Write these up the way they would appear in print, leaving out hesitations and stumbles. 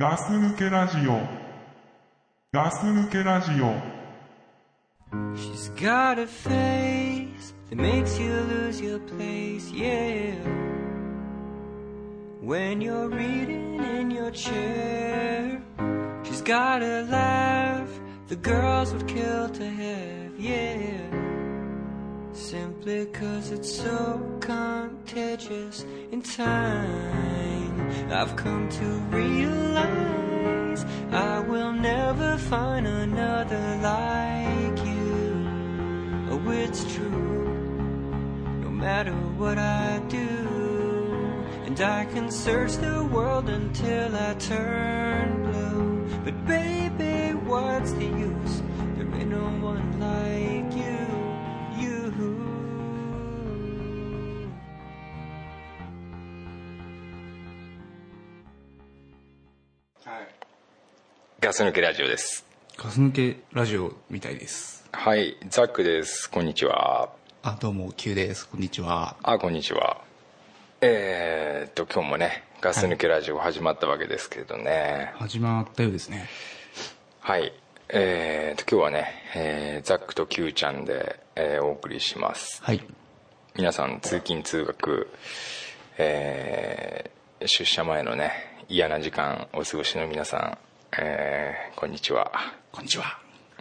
ガス抜けラジオ。ガス抜けラジオ。 She's got a face that makes you lose your place, yeah. When you're reading in your chair, she's got a laugh the girls would kill to have, yeah. Simply 'cause it's so contagious in time, I've come to realize I will never find another like you. Oh, it's true, no matter what I do, and I can search the world until I turn blue, but baby, what's the use? There ain't no one like you, you. ガス抜けラジオです。 ガス抜けラジオみたいです。 はい、ザックです。こんにちは。 あ、どうも Q です。こんにちは。 あ、こんにちは。今日もねガス抜けラジオ始まったわけですけどね、 はい、始まったようですね。 はい、今日はね、ザックと Q ちゃんで、お送りします。はい。皆さん通勤通学、出社前のね嫌な時間お過ごしの皆さん、こんにちは。 こんにちは。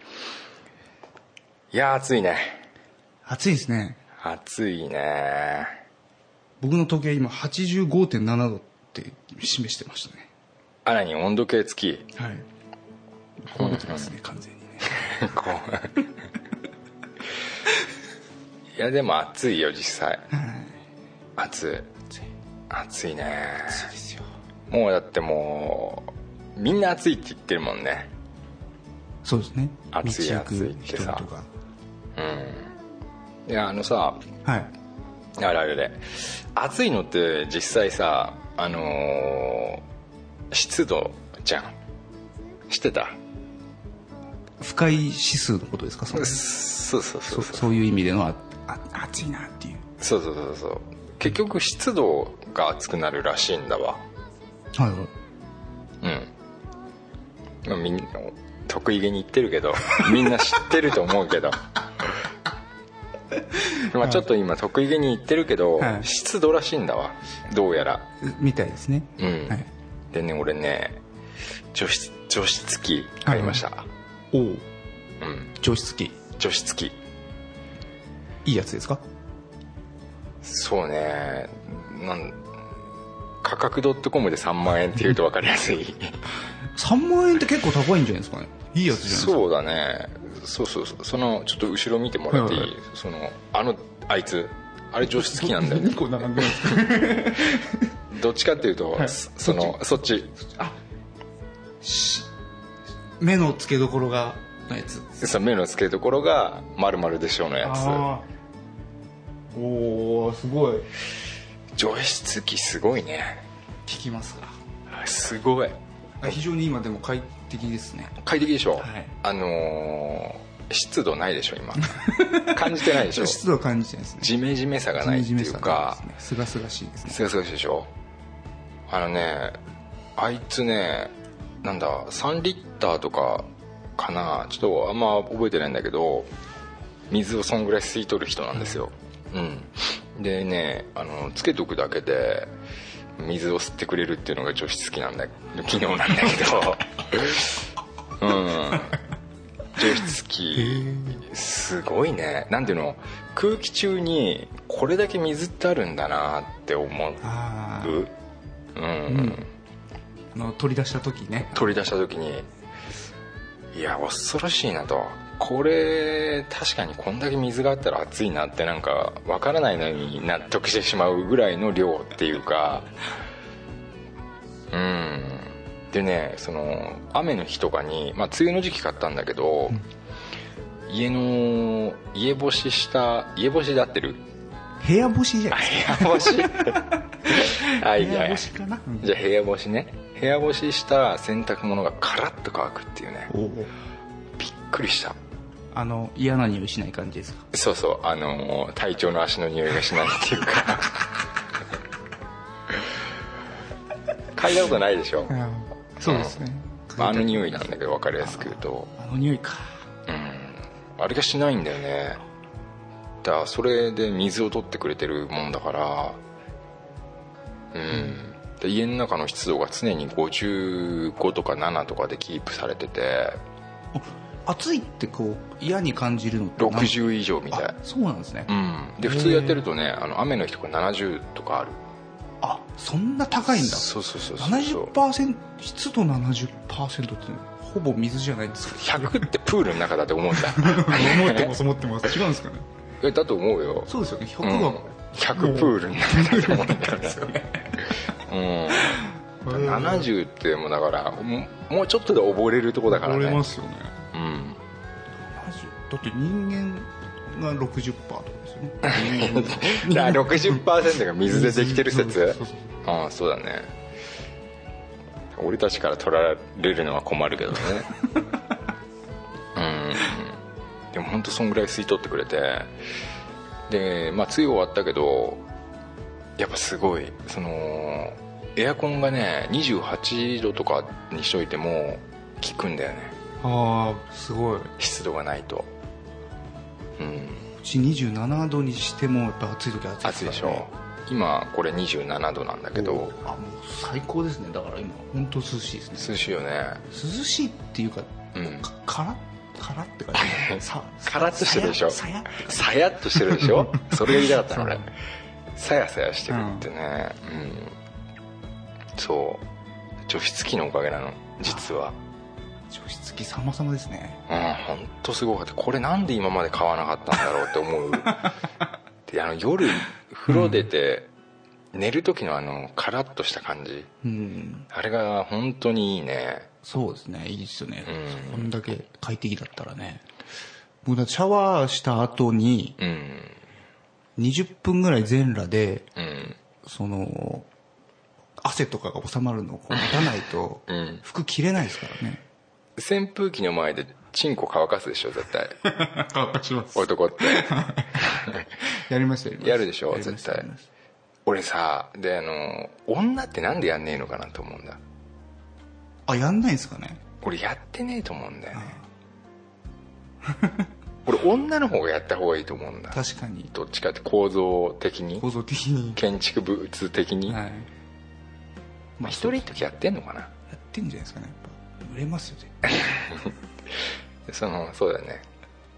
いや暑いね。 暑いですね。 暑いね。 僕の時計今 85.7 度って示してましたね。 あらに温度計付き。 はい。壊れてますね、完全にね。 いやでも暑いよ実際。 はい。 暑いね。 暑いですよ。 もうだってもうみんな暑いって言ってるもんね。 そうですね。 暑い暑いってさ。うん。いやさ、 はい。 あれ暑いのって実際さ、湿度じゃん。知ってた？ 不快指数のことですか？そういう意味での暑いなっていう。 そう。結局湿度が暑くなるらしいんだわ。 はいはい。 まあ、みんな得意げに言ってるけどみんな知ってると思うけどまあちょっと今得意げに言ってるけど、はい、湿度らしいんだわどうやらみたいですね。 はい、でね俺ね除湿機買いました。 おお、除湿機いいやつですか？ そうね、価格 .com で3万円っていうと分かりやすい 3万円って結構高いんじゃないですかね。いいやつじゃないですか。 そうだね。そうそのちょっと後ろ見てもらっていい？はいはい、あいつあれ除湿機なんだよ。 2個並んでるんですか？ どっちかっていうと、はい、そっち目の付けどころがのやつ。 そう目の付けどころが丸々でしょうのやつ。 おお、すごい。 除湿機すごいね。 聞きますか？ すごい。 非常に今でも快適ですね。 快適でしょ、はい、湿度ないでしょ今感じてないでしょ湿度感じてないですね。 ジメジメさがないっていうか、 すがすがしいですね。 すがすがしいでしょ。あいつねなんだ3リッターとかかな、ちょっとあんま覚えてないんだけど水をそんぐらい吸い取る人なんですよ。でねつけとくだけで水を吸ってくれるっていうのが除湿機なんだ機能なんだけど除湿機すごいね。なんていうの、空気中にこれだけ水ってあるんだなって思う。 取り出した時にいや恐ろしいなと。これ確かにこんだけ水があったら暑いなってなんか分からないのに納得してしまうぐらいの量っていうか。でね、雨の日とかに、まあ梅雨の時期買ったんだけど、家干しで合ってる？ 部屋干しじゃないですか。 部屋干し部屋干しかな。 じゃあ部屋干しね。部屋干しした洗濯物がカラッと乾くっていうね。びっくりした。 嫌な匂いしない感じですか？ そう体調の足の匂いがしないっていうか嗅いだことないでしょ。 そうですね、 あの匂いなんだけど分かりやすく言うと、 あの匂いか、 あれがしないんだよね。だからそれで水を取ってくれてるもんだから、で家の中の湿度が常に55とか7とかでキープされてて、 暑いってこう嫌に感じるのって 60以上みたい。 そうなんですね、 で普通やってるとね、雨の日とか70とかある。 あ、そんな高いんだ。 そうそうそうそう。 70%、湿度 70% ってほぼ水じゃないんですか。 100ってプールの中だって思うんだ思ってます違うんですかね。 だと思うよ。 そうですよね、100は、 100プールの中だと思うんですよね70ってもうだからもうちょっとで溺れるとこだからね。溺れますよね。だって人間が 60% とかですよねだから 60% が水でできてる説。そうだね。俺たちから取られるのは困るけどねでも本当そんぐらい吸い取ってくれて、で梅雨終わったけどやっぱすごいエアコンがね28度とかにしといても効くんだよね。ああ、すごい。湿度がないと。うち27度にしてもやっぱ暑い時は暑いですからね。暑いでしょ。今これ27度なんだけど、もう最高ですね。だから今本当涼しいですね。涼しいよね。涼しいっていうか、カラって感じカラッとしてるでしょ。さやっとしてるでしょそれが言いたかったの俺。さやさやしてるってね。そう除湿機のおかげなの実は。除湿機様々ですね。本当すごかった。これなんで今まで買わなかったんだろうって思うで夜風呂出て寝る時のカラッとした感じ、あれが本当にいいね。そうですね、いいですよね、こんだけ快適だったらね。僕だシャワーした後に20分ぐらい全裸で、汗とかが収まるのを待たないと服着れないですからね。扇風機の前でチンコ乾かすでしょ絶対乾かします男ってやりましたよ。やるでしょ絶対。俺さで女ってなんでやんねえのかなと思うんだ。やんないんですかね。俺やってねえと思うんだよね俺女の方がやった方がいいと思うんだ。確かに。どっちかって構造的に建築物的に、一人いる時やってんのかな。やってんじゃないですかね。やっぱ売れますよねそうだよね。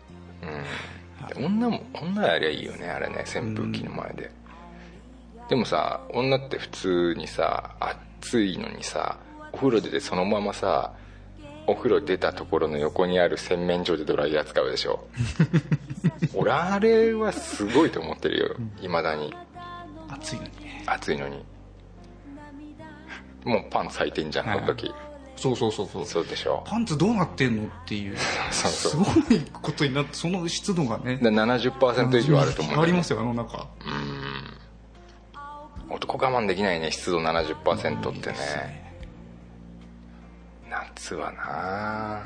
女やりゃいいよねあれね、扇風機の前で。でもさ女って普通にさ暑いのにさお風呂出てそのままさお風呂出たところの横にある洗面所でドライヤー使うでしょ俺あれはすごいと思ってるよいまだに。暑いのにね。暑いのにもうパンツ履いてんじゃん、この時。そうでしょ。パンツどうなってんのっていうすごいことになって、その湿度がね 70% 以上あると思う。ありますよ中。男我慢できないね、湿度 70% ってね。夏はな。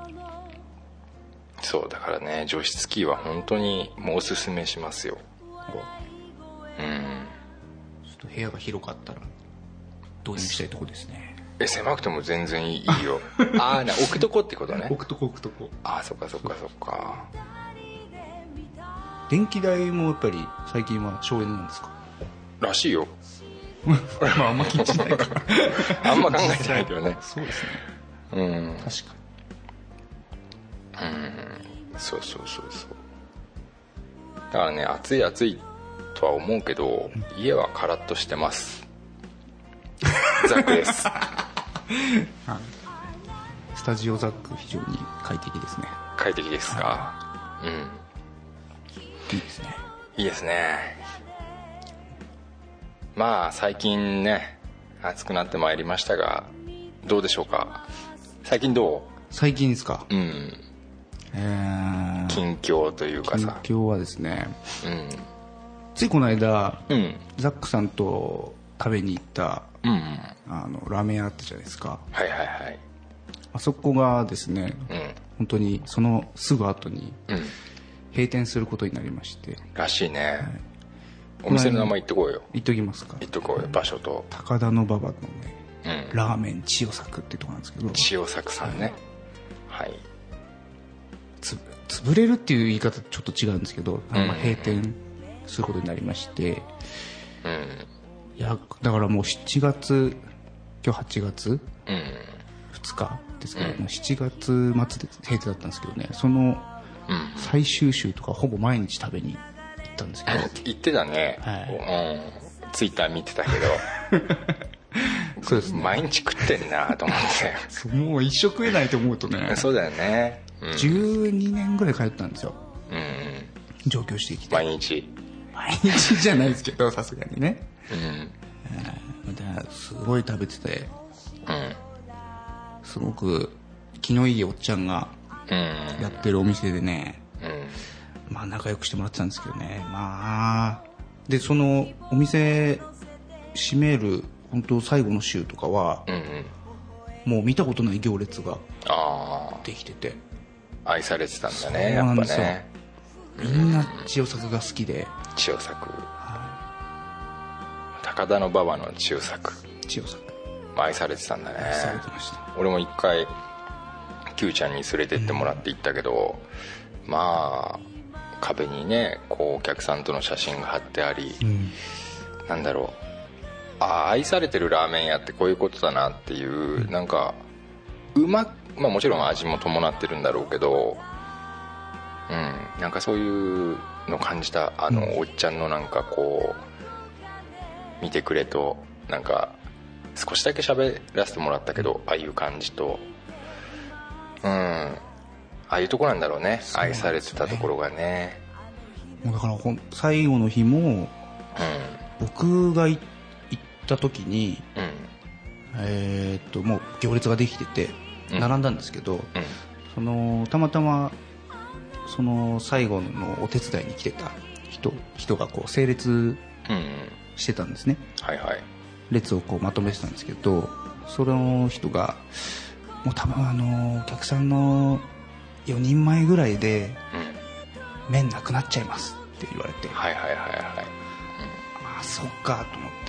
そうだからね、除湿機は本当にもうおすすめしますよ。ちょっと部屋が広かったら導入したいとこですね。狭くても全然いいよ置くとこってことね。置くとこそっか。電気代もやっぱり最近は省エネなんですからしいよあんま気にしないからあんま考えてないけどね。そうですね。確かに。そうだからね、暑いとは思うけど家はカラッとしてますザックですスタジオザック非常に快適ですね。快適ですか。いいですね。いいですね。まあ最近ね暑くなってまいりましたがどうでしょうか。最近どう？最近ですか。近況というかさ。近況はですね、ついこの間、ザックさんと食べに行った、ラーメン屋あったじゃないですか。あそこがですね、本当にそのすぐ後に閉店することになりまして。らしいね。お店の名前言っとこうよ。言っときますか。言っとこうよ、場所と。高田の馬場のね、 ラーメン千代作っていうところなんですけど、 千代作さんね、はい、 潰れるっていう言い方ちょっと違うんですけど、閉店することになりまして、いやだからもう7月、今日8月2日ですけど、7月末で閉店だったんですけどね、その最終週とかほぼ毎日食べに行ったんですけど行ってたね、はい、ツイッター見てたけどそうですね、 毎日食ってんなと思ってもう一食食えないと思うとねそうだよね、 12年ぐらい通ったんですよ、上京してきて毎日じゃないですけどさすがにね、すごい食べてて、すごく気のいいおっちゃんがやってるお店でね、まあ仲良くしてもらってたんですけどね、まあでそのお店閉める本当最後の週とかは、もう見たことない行列ができてて、 愛されてたんだね、やっぱね。 みんな千代作が好きで、 千代作、高田馬場の千代作愛されてたんだね。 愛されてました。 俺も一回 Q ちゃんに連れてってもらって行ったけど、まあ壁にねこうお客さんとの写真が貼ってあり、なんだろう、愛されてるラーメン屋ってこういうことだなっていう、なんかまあもちろん味も伴ってるんだろうけど、なんかそういうの感じた。おっちゃんのなんかこう見てくれと、なんか少しだけ喋らせてもらったけど、ああいう感じと、ああいうとこなんだろうね、愛されてたところがね。 もうだから最後の日も、僕が行った時に、もう行列ができてて並んだんですけど、たまたまその最後のお手伝いに来てた人がこう整列してたんですね、列をこうまとめてたんですけど、その人がもう多分お客さんの4人前ぐらいで麺なくなっちゃいますって言われて、あ、そっかと思って、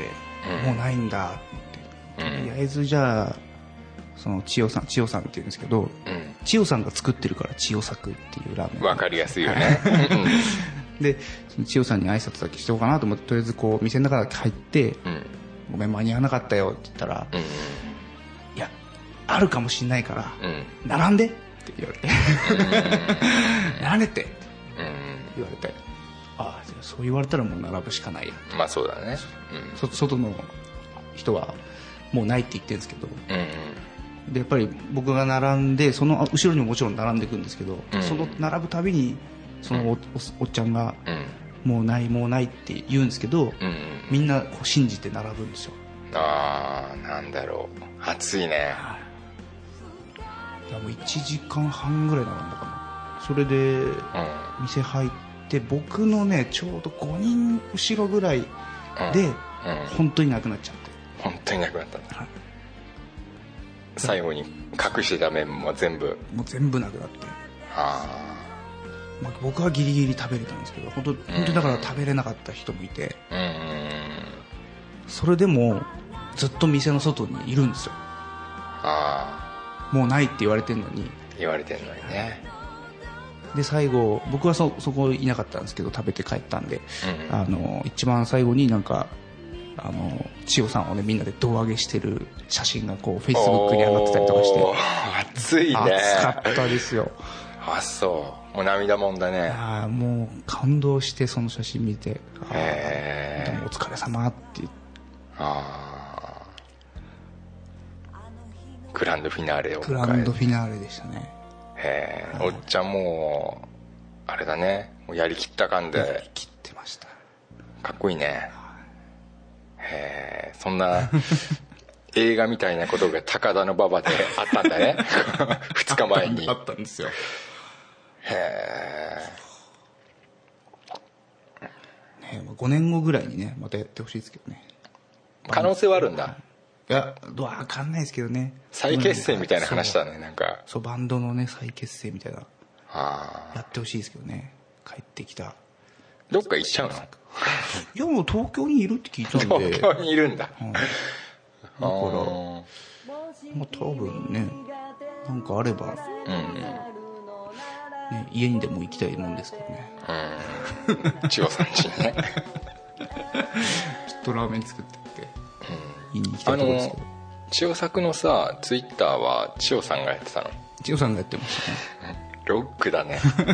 もうないんだと思って、とりあえずじゃあその千代さんって言うんですけど、千代さんが作ってるから千代作っていうラーメン、 わかりやすいよねでその千代さんに挨拶だけしておこうかなと思って、とりあえずこう店の中だけ入って、ごめん間に合わなかったよって言ったら、いやあるかもしんないから、並んでって言われて並んでって言われて、ああそう言われたらもう並ぶしかないや。 まあそうだね、 外の人はもうないって言ってるんですけど、でやっぱり僕が並んでその後ろにももちろん並んでいくんですけど、その並ぶたびにその おっちゃんが、もうないもうないって言うんですけど、みんなこう信じて並ぶんですよ。 なんだろう、暑いね。 もう1時間半ぐらい並んだかな。それで店入って、僕のねちょうど5人後ろぐらいで本当になくなっちゃって、 本当になくなったんだ、最後に隠してた麺も全部なくなって、僕はギリギリ食べれたんですけど、本当だから食べれなかった人もいて、それでもずっと店の外にいるんですよ。もうないって言われてんのにね。 で最後僕はそこいなかったんですけど、食べて帰ったんで、一番最後になんか千代さんをねみんなで胴上げしてる写真がこうフェイスブックに上がってたりとかして、 熱いね。 熱かったですよ。 そう、もう涙もんだね。 もう感動してその写真見て、でもお疲れ様って言って、 グランドフィナーレを迎える。 グランドフィナーレでしたね。 おっちゃんもあれだね、もうやりきった感で。やりきってました。 かっこいいね。そんな映画みたいなことが高田馬場であったんだね2日前にあったんですよ。5年後ぐらいにねまたやってほしいですけどね。 可能性はあるんだ。 いや分かんないですけどね。 再結成みたいな話だね。なんかそうバンドのね再結成みたいなやってほしいですけどね。帰ってきた。 どっか行っちゃうの？ いやもう東京にいるって聞いたんで。 東京にいるんだ。 だからまあ多分ね、なんかあれば、 うんうんね、家にでも行きたいもんですけどね。 千代さん家にねちょっとラーメン作ってって言いに行きたいところですけど。 千代作のさツイッターは千代さんがやってたの？ 千代さんがやってましたね。 ロックだね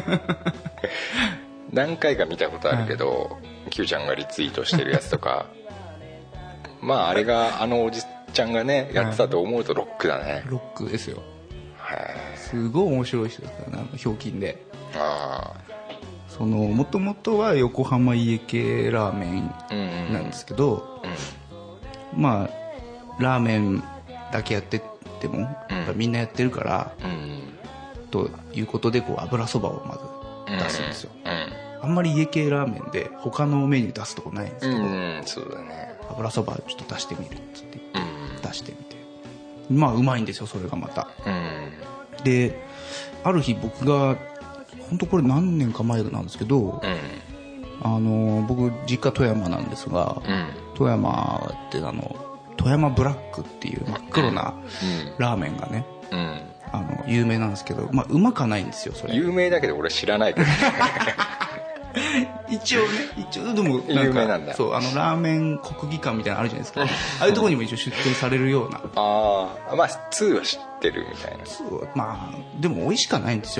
何回か見たことあるけど、Q ちゃんがリツイートしてるやつとかまああれがあのおじちゃんがねやってたと思うとロックだね。 ロックですよ。 へすごい面白い人ですからね、ひょうきんで。 あもともとは横浜家系ラーメンなんですけど、まあラーメンだけやっててもやっぱみんなやってるから、ということでこう油そばをまず出すんですよ。あんまり家系ラーメンで他のメニュー出すとこないんですけど、 そうだね。 油そばちょっと出してみるっつって出してみて、まあうまいんですよそれがまた。である日僕が本当これ何年か前なんですけど、僕実家富山なんですが、富山って富山ブラックっていう真っ黒なラーメンがね、有名なんですけど、まあうまかないんですよそれ。 有名だけど俺知らないけど一応でもなんか有名なんだ。 そうラーメン国技館みたいなのあるじゃないですかああいうところにも一応出店されるようなああまあ2は知ってるみたいな。 そうまあでも美味しかないんですよ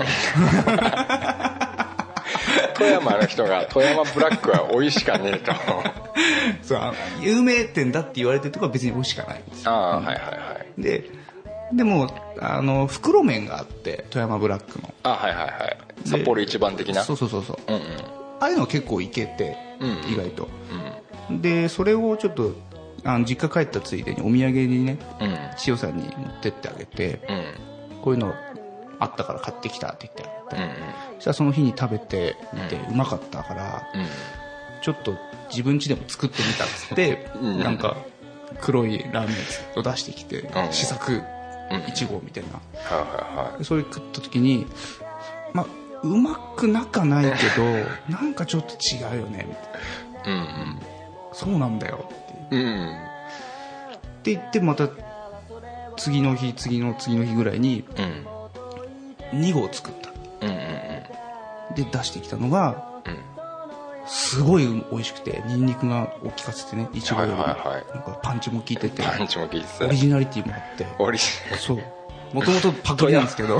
富山の人が富山ブラックは美味しかねえとそう有名店だって言われてるとこは別に美味しかないんですよ。 はいはいはい。 でも袋麺があって富山ブラックのはいはいはい札幌一番的な。 そう、ああいうのは結構いけて、意外と、でそれをちょっと実家帰ったついでにお土産にね、千代さんに持ってってあげて、こういうのあったから買ってきたって言ってあげて、そしたらその日に食べてみて、うまかったから、ちょっと自分家でも作ってみたっつって、なんか黒いラーメンを出してきて、試作1号みたいな、それ食った時にまあうまくなかないけどなんかちょっと違うよねみたいな、そうなんだよってって言ってまた次の日ぐらいに2号作った、で出してきたのがすごい美味しくて、ニンニクが大きかつてね、1号よりもなんかパンチも効いてて、オリジナリティもあって、そうもともとパクリなんですけど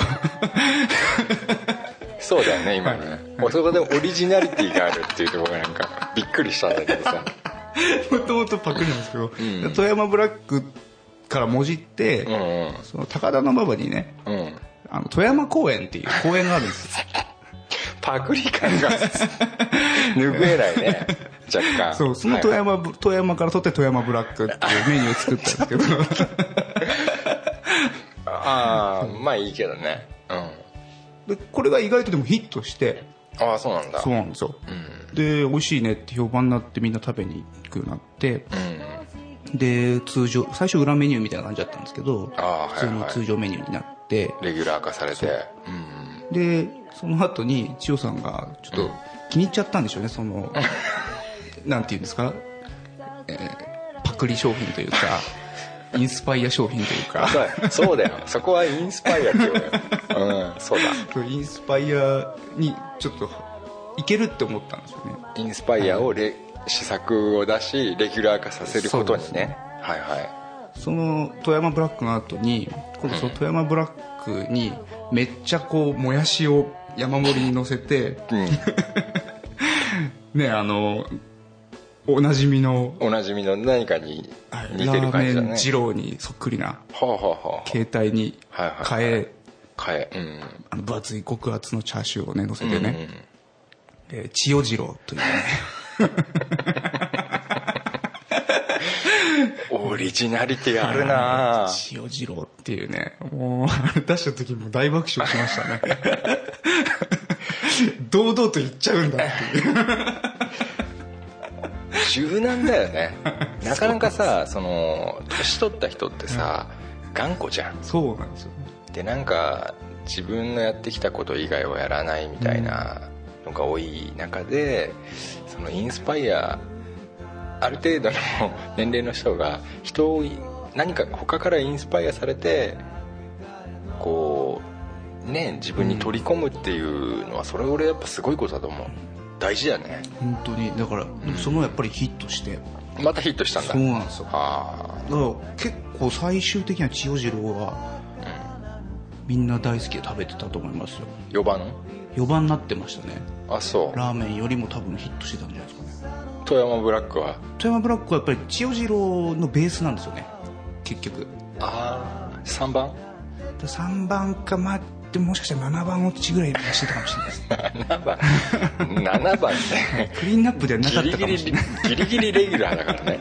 そうだよね今ね、そこでオリジナリティがあるっていうところがなんかびっくりしたんだけどさもともとパクリなんですけど、富山ブラックからもじって、その高田馬場にね、富山公園っていう公園があるんですよパクリ感が拭えないね若干。 そう、その富山から取って富山ブラックっていうメニューを作ったんですけどまあいいけどね、 でこれが意外とでもヒットして、 そうなんだ。 そうなんですよ、で美味しいねって評判になってみんな食べに行くようになって、で最初裏メニューみたいな感じだったんですけど、普通の通常メニューになってレギュラー化されて、 でその後に千代さんがちょっと気に入っちゃったんでしょうね、そのなんていうんですか、パクリ商品というかインスパイア商品というかそうだよ、そこはインスパイアって言うよそうだ、 インスパイアにちょっといけるって思ったんですよね。 インスパイアを試作を出しレギュラー化させることにね。その富山ブラックの後に今度その富山ブラックにめっちゃこうもやしを山盛りに乗せて、ね、おなじみの何かに似てる感じだね、 ラーメン二郎にそっくりな携帯に変え、分厚い極厚のチャーシューをね乗せてね、千代次郎というねオリジナリティあるな。 千代次郎っていうね、もう出した時も大爆笑しましたね堂々と言っちゃうんだっていう柔軟だよねなかなかさ、その年取った人ってさ、頑固じゃん。 そうなんですよ。 でなんか自分のやってきたこと以外はやらないみたいなのが多い中で、そのインスパイアある程度の年齢の人が人を何か他からインスパイアされてこうね自分に取り込むっていうのは、それ俺やっぱすごいことだと思う。大事だね本当に。だから、そのやっぱりヒットしてまたヒットしたんだ。 そうなんですよ。 あだから結構最終的には千代次郎は、みんな大好きで食べてたと思いますよ。 4番 4番になってましたね。 あ、そうラーメンよりも多分ヒットしてたんじゃないですかね。 富山ブラックは富山ブラックはやっぱり千代次郎のベースなんですよね結局。 ああ3番 3番か、まあでももしかしたら7番落ちぐらいしてたかもしれないです 7番7番ねクリーンナップではなかったかもしれない。 ギリギリレギュラーだからね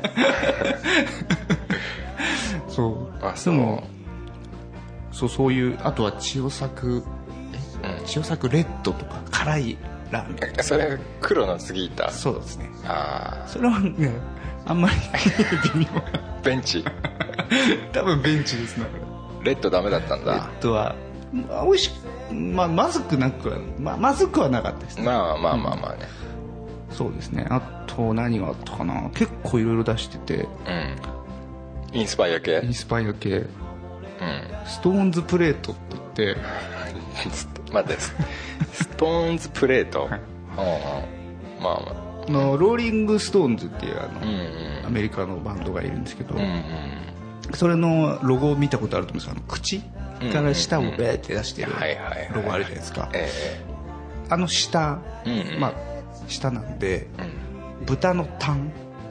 そう。 あ、そう。 でもそういう、あとは千代作レッドとか辛いラーメン。 それ黒の次いた。 そうですね。 ああ、 それはねあんまり微妙ベンチ多分ベンチですね。 レッドダメだったんだ。 レッドは美味しく、まずくなくは、まずくはなかったですね。 まあね、 そうですね。あと何があったかな、結構いろいろ出してて、 インスパイア系、 ストーンズプレートって言って待ってストーンズプレートローリングストーンズっていうアメリカのバンドがいるんですけど、それのロゴを見たことあると思うんですけど、口から舌をベーって出してるロゴあるじゃないですか。あの舌、舌なんで、豚のタン、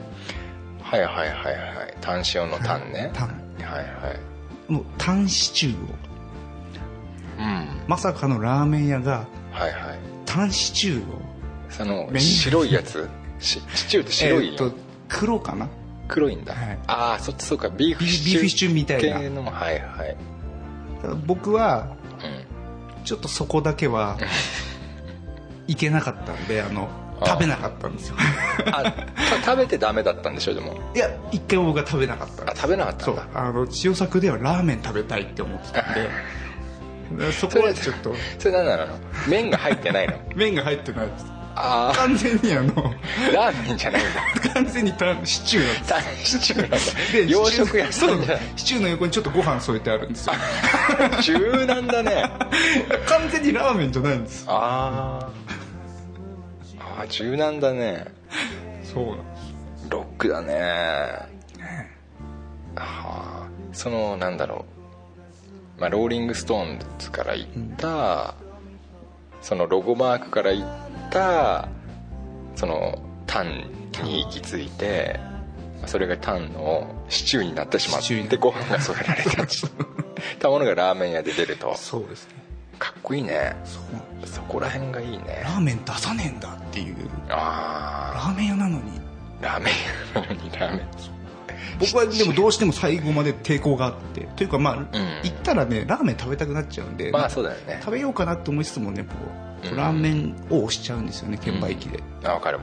タン塩のタンね、 タン、もうタンシチューを、まさかのラーメン屋がタンシチューを、 その白いやつシチューって白いの、 黒かな、 黒いんだ、ああ、そうか、ビーフシチューみたいな系の、 僕はちょっとそこだけはいけなかったんで、食べなかったんですよ食べてダメだったんでしょ。でもいや、一回も僕は食べなかった。 食べなかったんだ。 そう、千代作ではラーメン食べたいって思ってたんでそこはちょっとそれ何なの、麺が入ってないの麺が入ってないです。 完全にラーメンじゃないんだ完全にシチューなんです。 タンシチューなんだで洋食屋さんじゃない。 シチューの横にちょっとご飯添えてあるんですよ柔軟だね完全にラーメンじゃないんです。 柔軟だね。 そうなんです。 ロックだね。そのなんだろう、ローリングストーンズから行った、そのロゴマークから行ったそのタンに行き着いて、それがタンのシチューになってしまってご飯が添えられたものがラーメン屋で出ると。 そうですね。 かっこいいね。そこら辺がいいね。 ラーメン出さねえんだっていう。ラーメン屋なのに僕はでもどうしても最後まで抵抗があって、というか行ったらねラーメン食べたくなっちゃうんで、 そうだよね、 食べようかなって思いつつもね、ラーメンを押しちゃうんですよね、券売機で。 わかる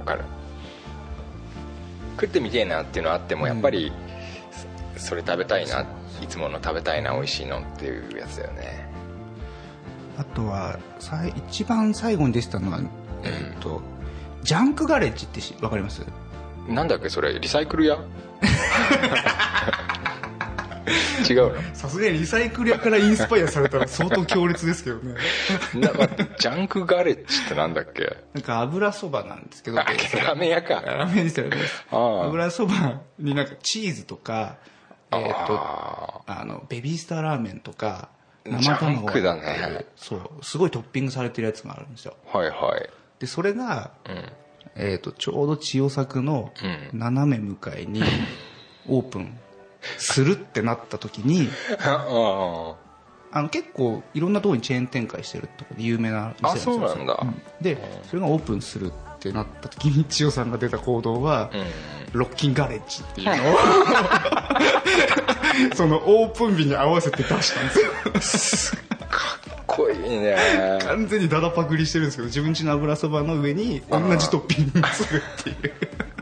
食ってみてえなっていうのあっても、やっぱりそれ食べたいな、いつもの食べたいな、美味しいのっていうやつだよね。 あとは一番最後に出てたのは、ジャンクガレッジって分かります？ なんだっけそれ、リサイクル屋違うの？ さすがにリサイクル屋からインスパイアされたら相当強烈ですけどねジャンクガレッジってなんだっけ？ なんか油そばなんですけど、 ラーメン屋か。 ラーメンですよね。油そばになんかチーズとか、ベビースターラーメンとか生卵がジャンクだね。 そう、すごいトッピングされてるやつがあるんですよ。でそれが、ちょうど千代作の斜め向かいにオープンするってなった時に結構いろんなところにチェーン展開してるところで有名な店なんですよ。 そうなんだ。 でそれがオープンするってなった時に千代さんが出た行動は、ロッキンガレッジっていうのをそのオープン日に合わせて出したんですよかっこいいね。 完全にダダパクリしてるんですけど、自分家の油そばの上に同じトッピングするっていう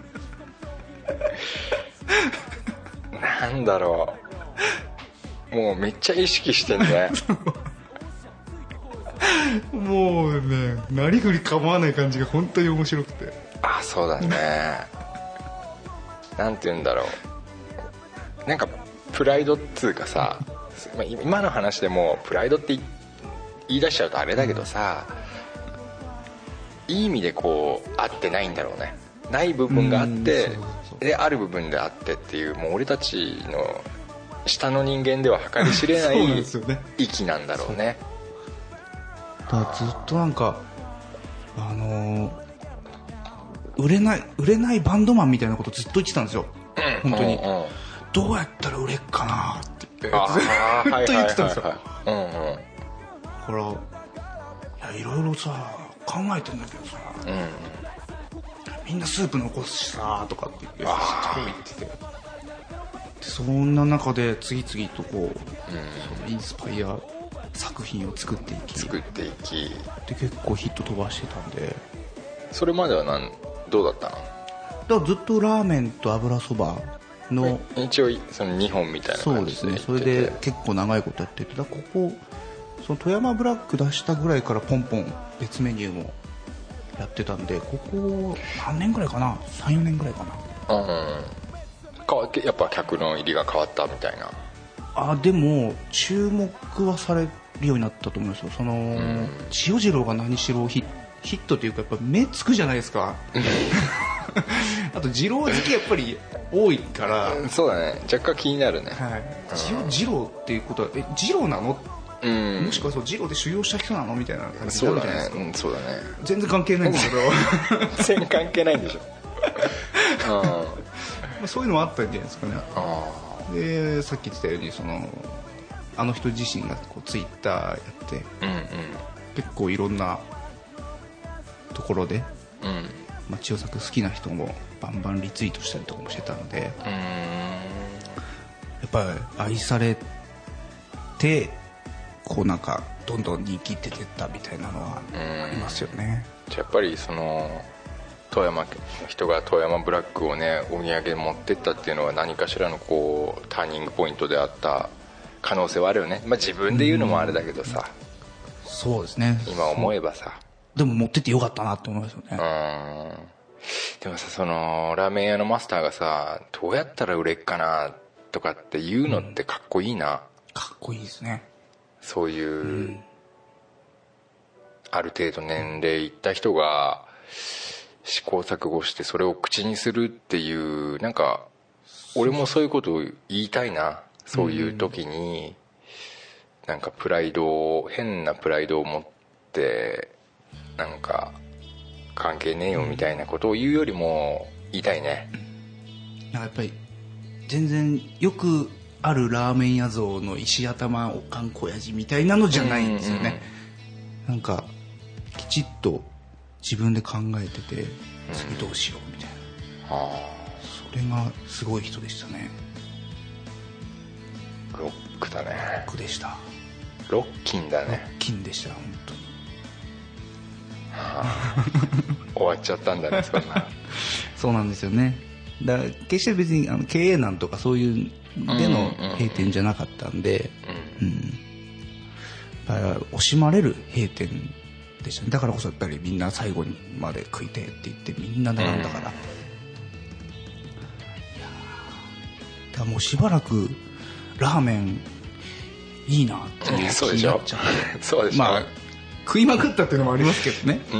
なんだろう、もうめっちゃ意識してんねもうね、なりふり構わない感じが本当に面白くて。 そうだねなんて言うんだろう、なんかプライドっつうかさ、今の話でもプライドって言い出しちゃうとあれだけどさ、いい意味でこう合ってないんだろうね。ない部分があって、である部分であってっていう、もう俺たちの下の人間では計り知れない域なんだろうね。 だからずっとなんか売れないバンドマンみたいなことずっと言ってたんですよ、本当に、どうやったら売れっかなってずっと言ってたんですよ。だからいろいろさ考えてんだけどさ、みんなスープ残すしさとかって言ってて、そんな中で次々とこう、そのインスパイア作品を作っていきで結構ヒット飛ばしてたんで。 それまではどうだったの？ だからずっとラーメンと油そばの一応その2本みたいな感じで。 そうですね、それで結構長いことやってて、だからここその富山ブラック出したぐらいからポンポン別メニューもやってたんで、ここ何年ぐらいかな、 3,4 年ぐらいかな。 やっぱ客の入りが変わったみたいな。 でも注目はされるようになったと思いますよ。その千代次郎が何しろヒットというかやっぱ目つくじゃないですかあと二郎好きやっぱり多いから、 そうだね、若干気になるね。 千代次郎っていうことは次郎なの、もしくはそう二郎で修行した人なのみたいな感じになるじゃないですか。 そうだね、 全然関係ないんですけど全然関係ないんでしょそういうのもあったんじゃないですかね。でさっき言ってたようにあの人自身がこうツイッターやって、結構いろんなところで、千代作好きな人もバンバンリツイートしたりとかもしてたので、やっぱり愛されてこうなんかどんどん人気出てったみたいなのはありますよね。 じゃあやっぱりその富山の人が富山ブラックをねお土産に持ってったっていうのは何かしらのこうターニングポイントであった可能性はあるよね。自分で言うのもあれだけどさ、 そうですね、 今思えばさ、 でも持ってってよかったなって思いますよね。 でもさ、そのラーメン屋のマスターがさ、どうやったら売れっかなとかって言うのってかっこいいな。 かっこいいですね。 そういう、ある程度年齢いった人が試行錯誤してそれを口にするっていう、なんか俺もそういうことを言いたいな。そういう時になんか変なプライドを持ってなんか関係ねえよみたいなことを言うよりも言いたいね。 なんかやっぱり全然よくあるラーメン屋像の石頭おかんこやじみたいなのじゃないんですよね。なんかきちっと自分で考えてて次どうしようみたいな、それがすごい人でしたね。 ロックだね。 ロックでした。 ロッキンだね。 ロッキンでした本当に。 終わっちゃったんだねそんなそうなんですよね。だから決して別に経営難とかそういうでの閉店じゃなかったんで、惜しまれる閉店でしたね。だからこそやっぱりみんな最後にまで食いてって言ってみんな並んだから、だからもうしばらくラーメンいいなっていう気になっちゃって、 そうでしょ食いまくったっていうのもありますけどね、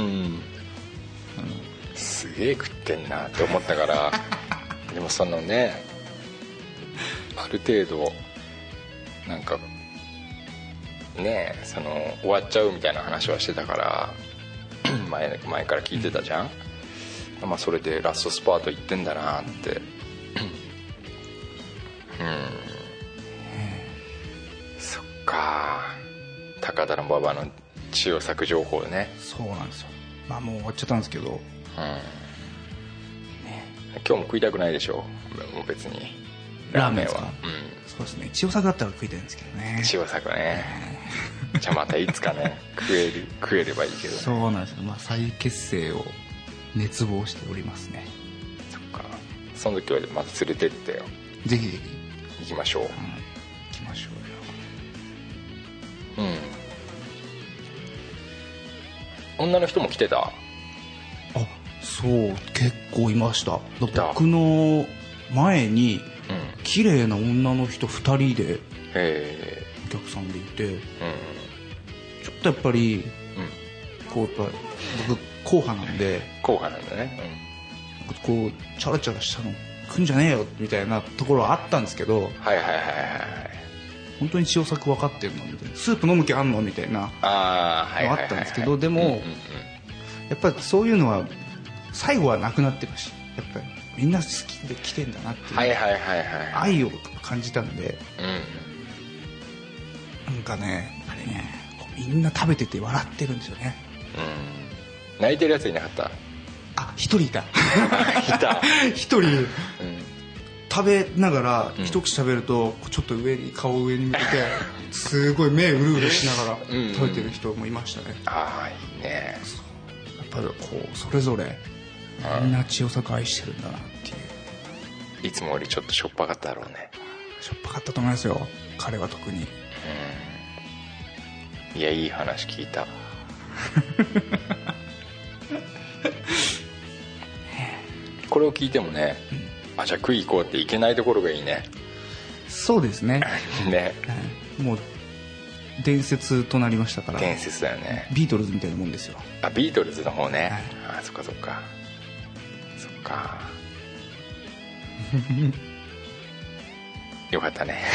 すげえ食ってんなって思ったからでもそのね、ある程度なんかね終わっちゃうみたいな話はしてたから前から聞いてたじゃん、それでラストスパート行ってんだなってそっか。高田馬場の千代作情報ね。 そうなんですよ。もう終わっちゃったんですけど、 今日も食いたくないでしょもう別にラーメンは。そうですね、千代作だったら食いたいんですけどね。 千代作ねじゃあまたいつかね食えればいいけどね。 そうなんですよ。再結成を熱望しておりますね。 そっか。その時はまた連れてってよ。 ぜひぜひ行きましょう。 行きましょうよ。 女の人も来てた？ そう、結構いました。僕の前に、 綺麗な女の人2人でお客さんでいて、ちょっとやっぱり、こうやっぱ僕硬派なんで、 硬派なんだね、 こうチャラチャラしたの来んじゃねえよみたいなところはあったんですけど、本当に千代作分かってるのみたいな、スープ飲む気あんのみたいなのあったんですけど、でもやっぱりそういうのは最後はなくなってるし、やっぱりみんな好きで来てんだなっていう愛を感じたんで、なんかね、あれね、みんな食べてて笑ってるんですよね。 泣いてるやついなかった？ あ、一人いた一人、食べながら一口食べるとちょっと顔を上に向けてすごい目うるうるしながら食べてる人もいましたね。 ああ、いいね。 やっぱりこうそれぞれみんな千代作愛してるんだなっていう。 いつもよりちょっとしょっぱかっただろうね。 しょっぱかったと思いますよ、彼は特に。 いや、いい話聞いたこれを聞いてもね、あ、じゃあ食い行こうっていけないところがいいね。 そうですねね、 もう伝説となりましたから。 伝説だよね。 ビートルズみたいなもんですよ。 あ、ビートルズの方ね、あ、そっかそっかそっかよかったね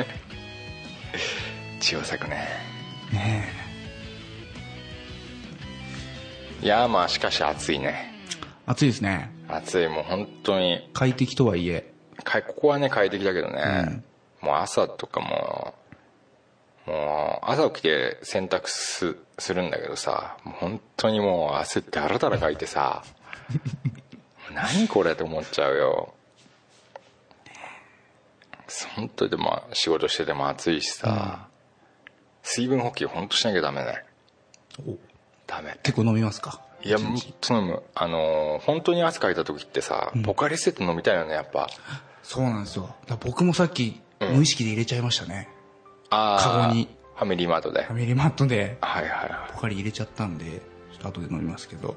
千代作ね。いや、まあしかし暑いね。 暑いですね。 暑い、もう本当に快適とはいえ、 ここはね快適だけどね、もう朝とかもう朝起きて洗濯するんだけどさ、もう本当にもう汗だらだらかいてさ何これと思っちゃうよ。本当にでも仕事してても暑いしさ、水分補給本当しなきゃダメね。ダメ。結構飲みますか？ いや、本当飲む。本当に汗かいた時ってさ、ポカリスエット飲みたいよね、やっぱ。 そうなんですよ。僕もさっき無意識で入れちゃいましたね、カゴに。 ファミリーマートで。 ファミリーマートでポカリ入れちゃったんで、ちょっと後で飲みますけど。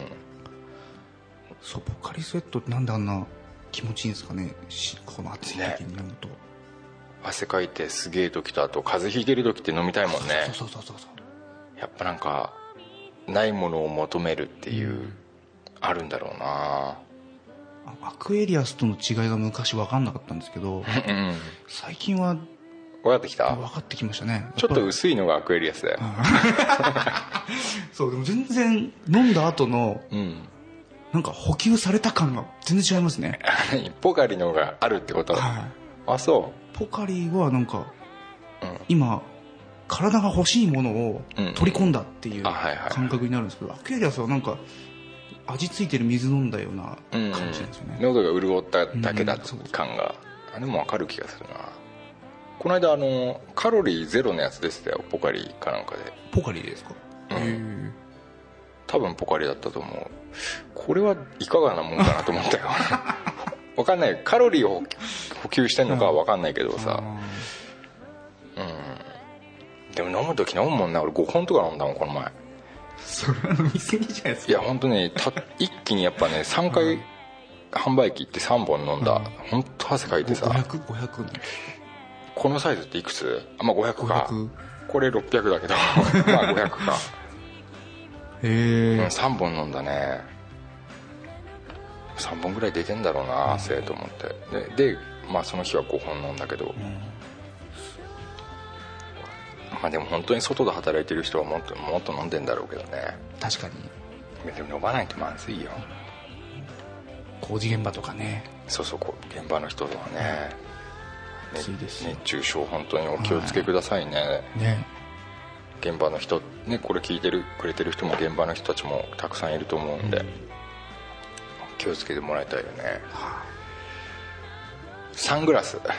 そう、ポカリスエットってなんであんな気持ちいいんですかね、この暑い時に飲むと、 汗かいてすげえ時と、あと風邪ひいてる時って飲みたいもんね。 そうやっぱなんかないものを求めるっていう、あるんだろうな。 アクエリアスとの違いが昔分かんなかったんですけど最近は分かってきた。 分かってきましたね。 ちょっと薄いのがアクエリアスだよそう、でも全然飲んだ後の、なんか補給された感が全然違いますねポカリの方があるってこと？あ、そう。 ポカリはなんか、今体が欲しいものを取り込んだっていう感覚になるんですけど、アクエリアスはなんか味付いてる水飲んだような感じなんですよね。 喉が潤っただけだ感が、でも分かる気がするな。この間カロリーゼロのやつでしたよ、ポカリかなんかで。 ポカリですか？ 多分ポカリだったと思う。これはいかがなもんかなと思ったよ分かんない、カロリーを補給してんのかは分かんないけどさ、でも飲む時飲むもんな。俺5本とか飲んだもんこの前。 それは飲みすぎじゃないですか。 いや本当ね、一気にやっぱね3回販売機行って3本飲んだ。本当汗かいてさ。 500 このサイズっていくつ？まあ500か。これ600だけどまあ500か3本飲んだね。3本ぐらい出てんだろうな汗と思ってでまあその日は5本飲んだけど、まあでも本当に外で働いてる人はもっと飲んでんだろうけどね。 確かに。 でも飲まないとまずいよ。 工事現場とかね。 そう現場の人はね、熱中症本当にお気をつけくださいね。現場の人ね、これ聞いてくれてる人も現場の人たちもたくさんいると思うんで、気をつけてもらいたいよね。サングラス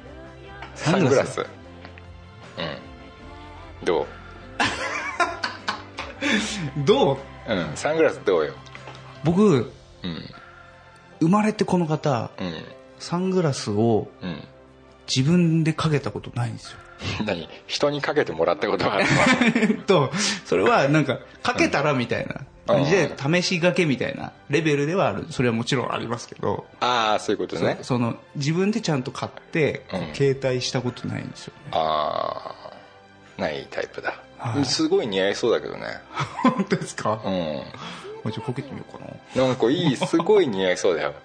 どうサングラスどうよ。 僕、生まれてこの方、サングラスを自分でかけたことないんですよ。 何、人にかけてもらったことがあるそれはなんかかけたらみたいな感じで試しがけみたいなレベルではある、それはもちろんありますけど、 ああそういうことね。 その自分でちゃんと買って携帯したことないんですよね。 ああないタイプだ、 はい、 すごい似合いそうだけどね。 本当ですか？ うん、 じゃあかけてみようかな。 なんかいい、すごい似合いそうだよ。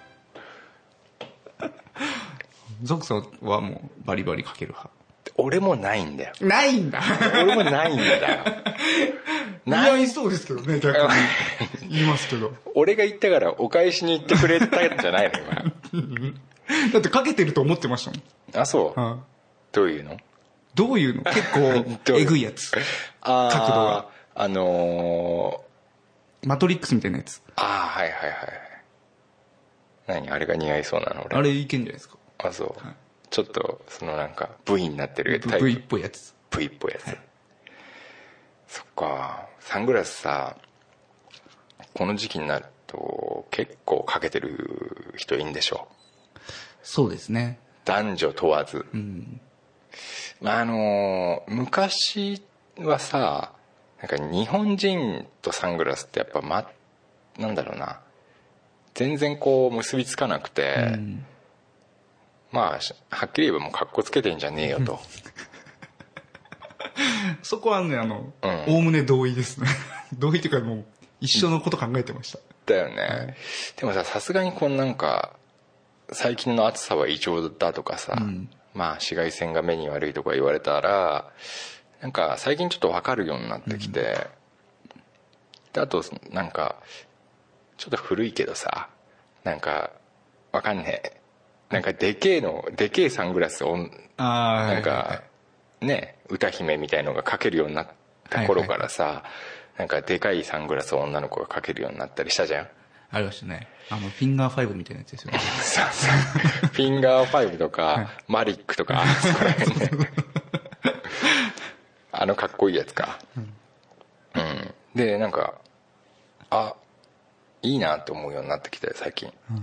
ゾクさんはもうバリバリかける派？ 俺もないんだよ。 ないんだ。 俺もないんだよ。 似合いそうですけどね、逆に言いますけど。 俺が言ったからお返しに言ってくれたんじゃないの今。 だってかけてると思ってましたもん。 あ、そう、どういうの？ どういうの？結構えぐいやつ。角度がマトリックスみたいなやつ。 はいはいはい。何あれが似合いそうなの？俺あれいけんじゃないですか。 あ、そう、はい、ちょっとそのなんか V になってるタイプ。 V っぽいやつ。 V っぽいやつ、はい、そっか。サングラスさ、この時期になると結構かけてる人いいんでしょ？ そうですね、 男女問わず、うん、まあ昔はさ、なんか日本人とサングラスってやっぱなんだろうな、全然こう結びつかなくて、うん、まあはっきり言えばもうカッコつけてんじゃねえよとそこはねおおむね同意ですね同意っていうかもう一緒のこと考えてました。 だよね、はい、でもさすがにこのなんか最近の暑さは異常だとかさ、うん、まあ紫外線が目に悪いとか言われたらなんか最近ちょっと分かるようになってきて、うん、であとなんかちょっと古いけどさ、なんか分かんねえ、なんかでけえサングラスをなんかね、歌姫みたいのがかけるようになった頃からさ、はいはい、なんかでかいサングラスを女の子がかけるようになったりしたじゃん。ありましたね。フィンガー5みたいなやつですよねそうそうフィンガー5とか、はい、マリックとかそこら辺ねかっこいいやつか、うん、うん、でなんかいいなって思うようになってきて最近、うん、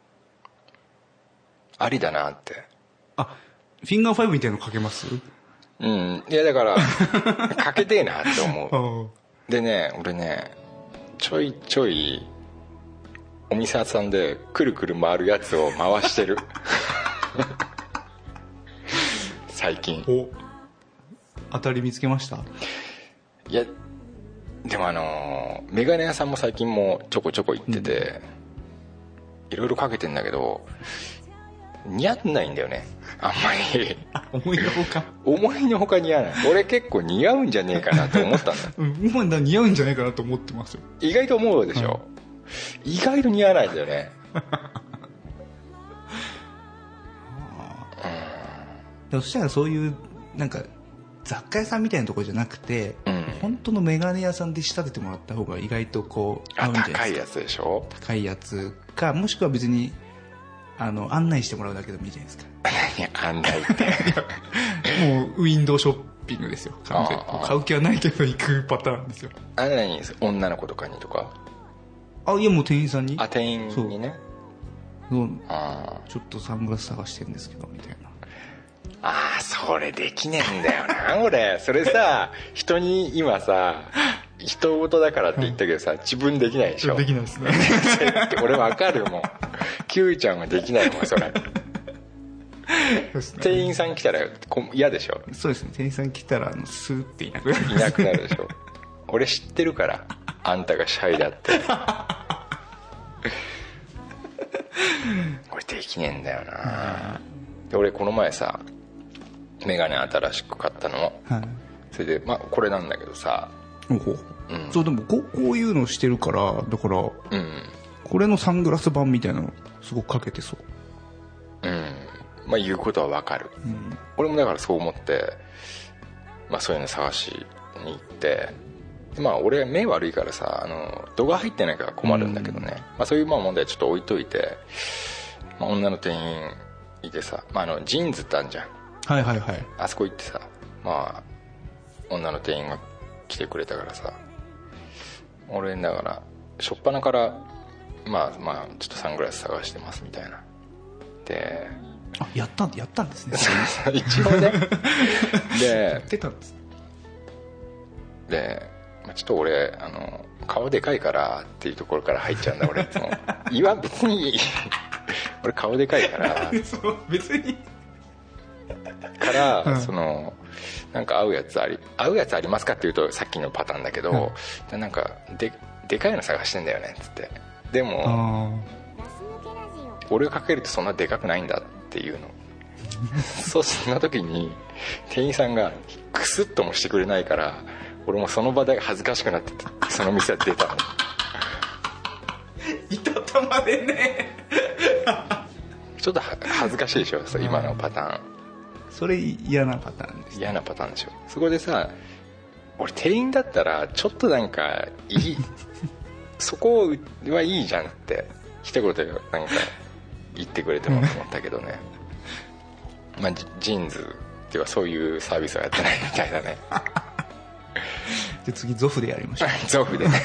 ありだなって。 フィンガー5みたいのかけます？ うん、いやだからかけてえなって思うでね、俺ねちょいちょいお店屋さんでくるくる回るやつを回してる最近。 当たり見つけました？ いやでもメガネ屋さんも最近もちょこちょこ行ってて、いろいろかけてんだけど似合わないんだよね、あんまり思いのほか似合わない。 俺結構似合うんじゃねえかなと思ったんだ今似合うんじゃないかなと思ってますよ。 意外と思うでしょ、はい、意外と似合わないんだよねそしたらそういうなんか雑貨屋さんみたいなところじゃなくて、うん、本当のメガネ屋さんで仕立ててもらった方が意外とこう合うんじゃないですか。 高いやつでしょ。 高いやつか、もしくは別に案内してもらうだけでもいいじゃないですか。 いや案内ってもうウィンドウショッピングですよ。買う気はないけど行くパターンですよ。 何女の子とかにとか？ いやもう店員さんに。 店員にね。 そうちょっとサングラス探してるんですけどみたいな。 それできねえんだよな俺。それさ人に今さ人事だからって言ったけどさ、自分できないでしょ。 できないですね俺わかるもん。キューちゃんはできないもんそれ店員さん来たら嫌でしょ。 そうですね、店員さん来たらスーっていなくなる。 いなくなるでしょ。俺知ってるからあんたがシャイだってこれできねえんだよな。で俺この前さメガネ新しく買ったの、はい、それでこれなんだけどさ、 そうでもこういうのしてるからだから、これのサングラス版みたいなのすごくかけてそう。 言うことはわかる、俺もだからそう思って、そういうの探しに行って、俺目悪いからさ度が入ってないから困るんだけどね、そういう問題はちょっと置いといて、女の店員いてさ、ジーンズってあるじゃん。 はいはいはい。 あそこ行ってさ、女の店員が来てくれたからさ、俺だから初っ端からちょっとサングラス探してますみたいな。であ、やったんですね一応ねで出たんですで、ちょっと俺顔でかいからっていうところから入っちゃうんだ俺いつもいや別に俺顔でかいからそう別にから、 うん、 なんか合うやつありますかっていうとさっきのパターンだけど、うん、なんかでかいの探してんだよねっつって、でも俺がかけるとそんなでかくないんだっていうのそんな時に店員さんがクスッともしてくれないから、俺もその場で恥ずかしくなってその店は出たのいたたまでねちょっと恥ずかしいでしょ今のパターン。 それ嫌なパターンです、ね、 嫌なパターンでしょ。そこでさ、俺店員だったらちょっとなんかいいそこはいいじゃんって一言なんか言ってくれてもと思ったけどねジーンズっていうかそういうサービスはやってないみたいだねで次ゾフでやりましょうゾフでね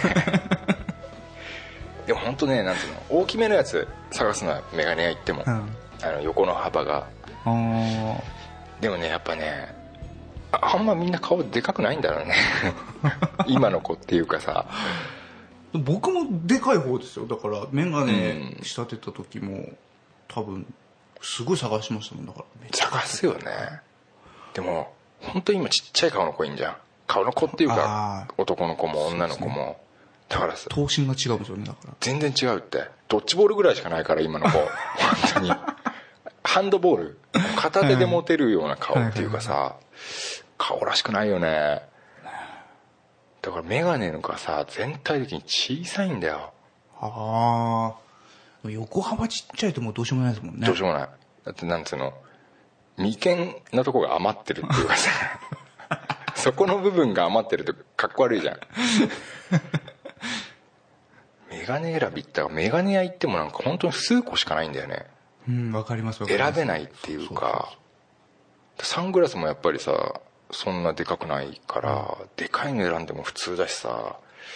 でも本当ね、なんていうの、大きめのやつ探すのはメガネ屋行っても、うん、横の幅がでもねやっぱね、あんまみんな顔でかくないんだろうね今の子っていうかさ。 僕もでかい方ですよ。だからメガネ仕立てた時も、多分すごい探しましたもん。だから探すよね。でも本当に今ちっちゃい顔の子いいんじゃん。顔の子っていうか男の子も女の子も、ね、だからさ頭身が違うんですよね。だから全然違うって。ドッジボールぐらいしかないから今の子本当にハンドボール片手で持てるような顔っていうかさ、顔らしくないよね。だからメガネのがさ全体的に小さいんだよ。 ああ、横幅ちっちゃいともうどうしようもないですもんね。 どうしようもない。だってなんつうの、眉間のとこが余ってるっていうかさそこの部分が余ってるとかっこ悪いじゃんメガネ選びってメガネ屋行ってもなんか本当に数個しかないんだよね。 うん、わかります。 選べないっていうか、サングラスもやっぱりさそんなでかくないから、でかいの選んでも普通だしさ、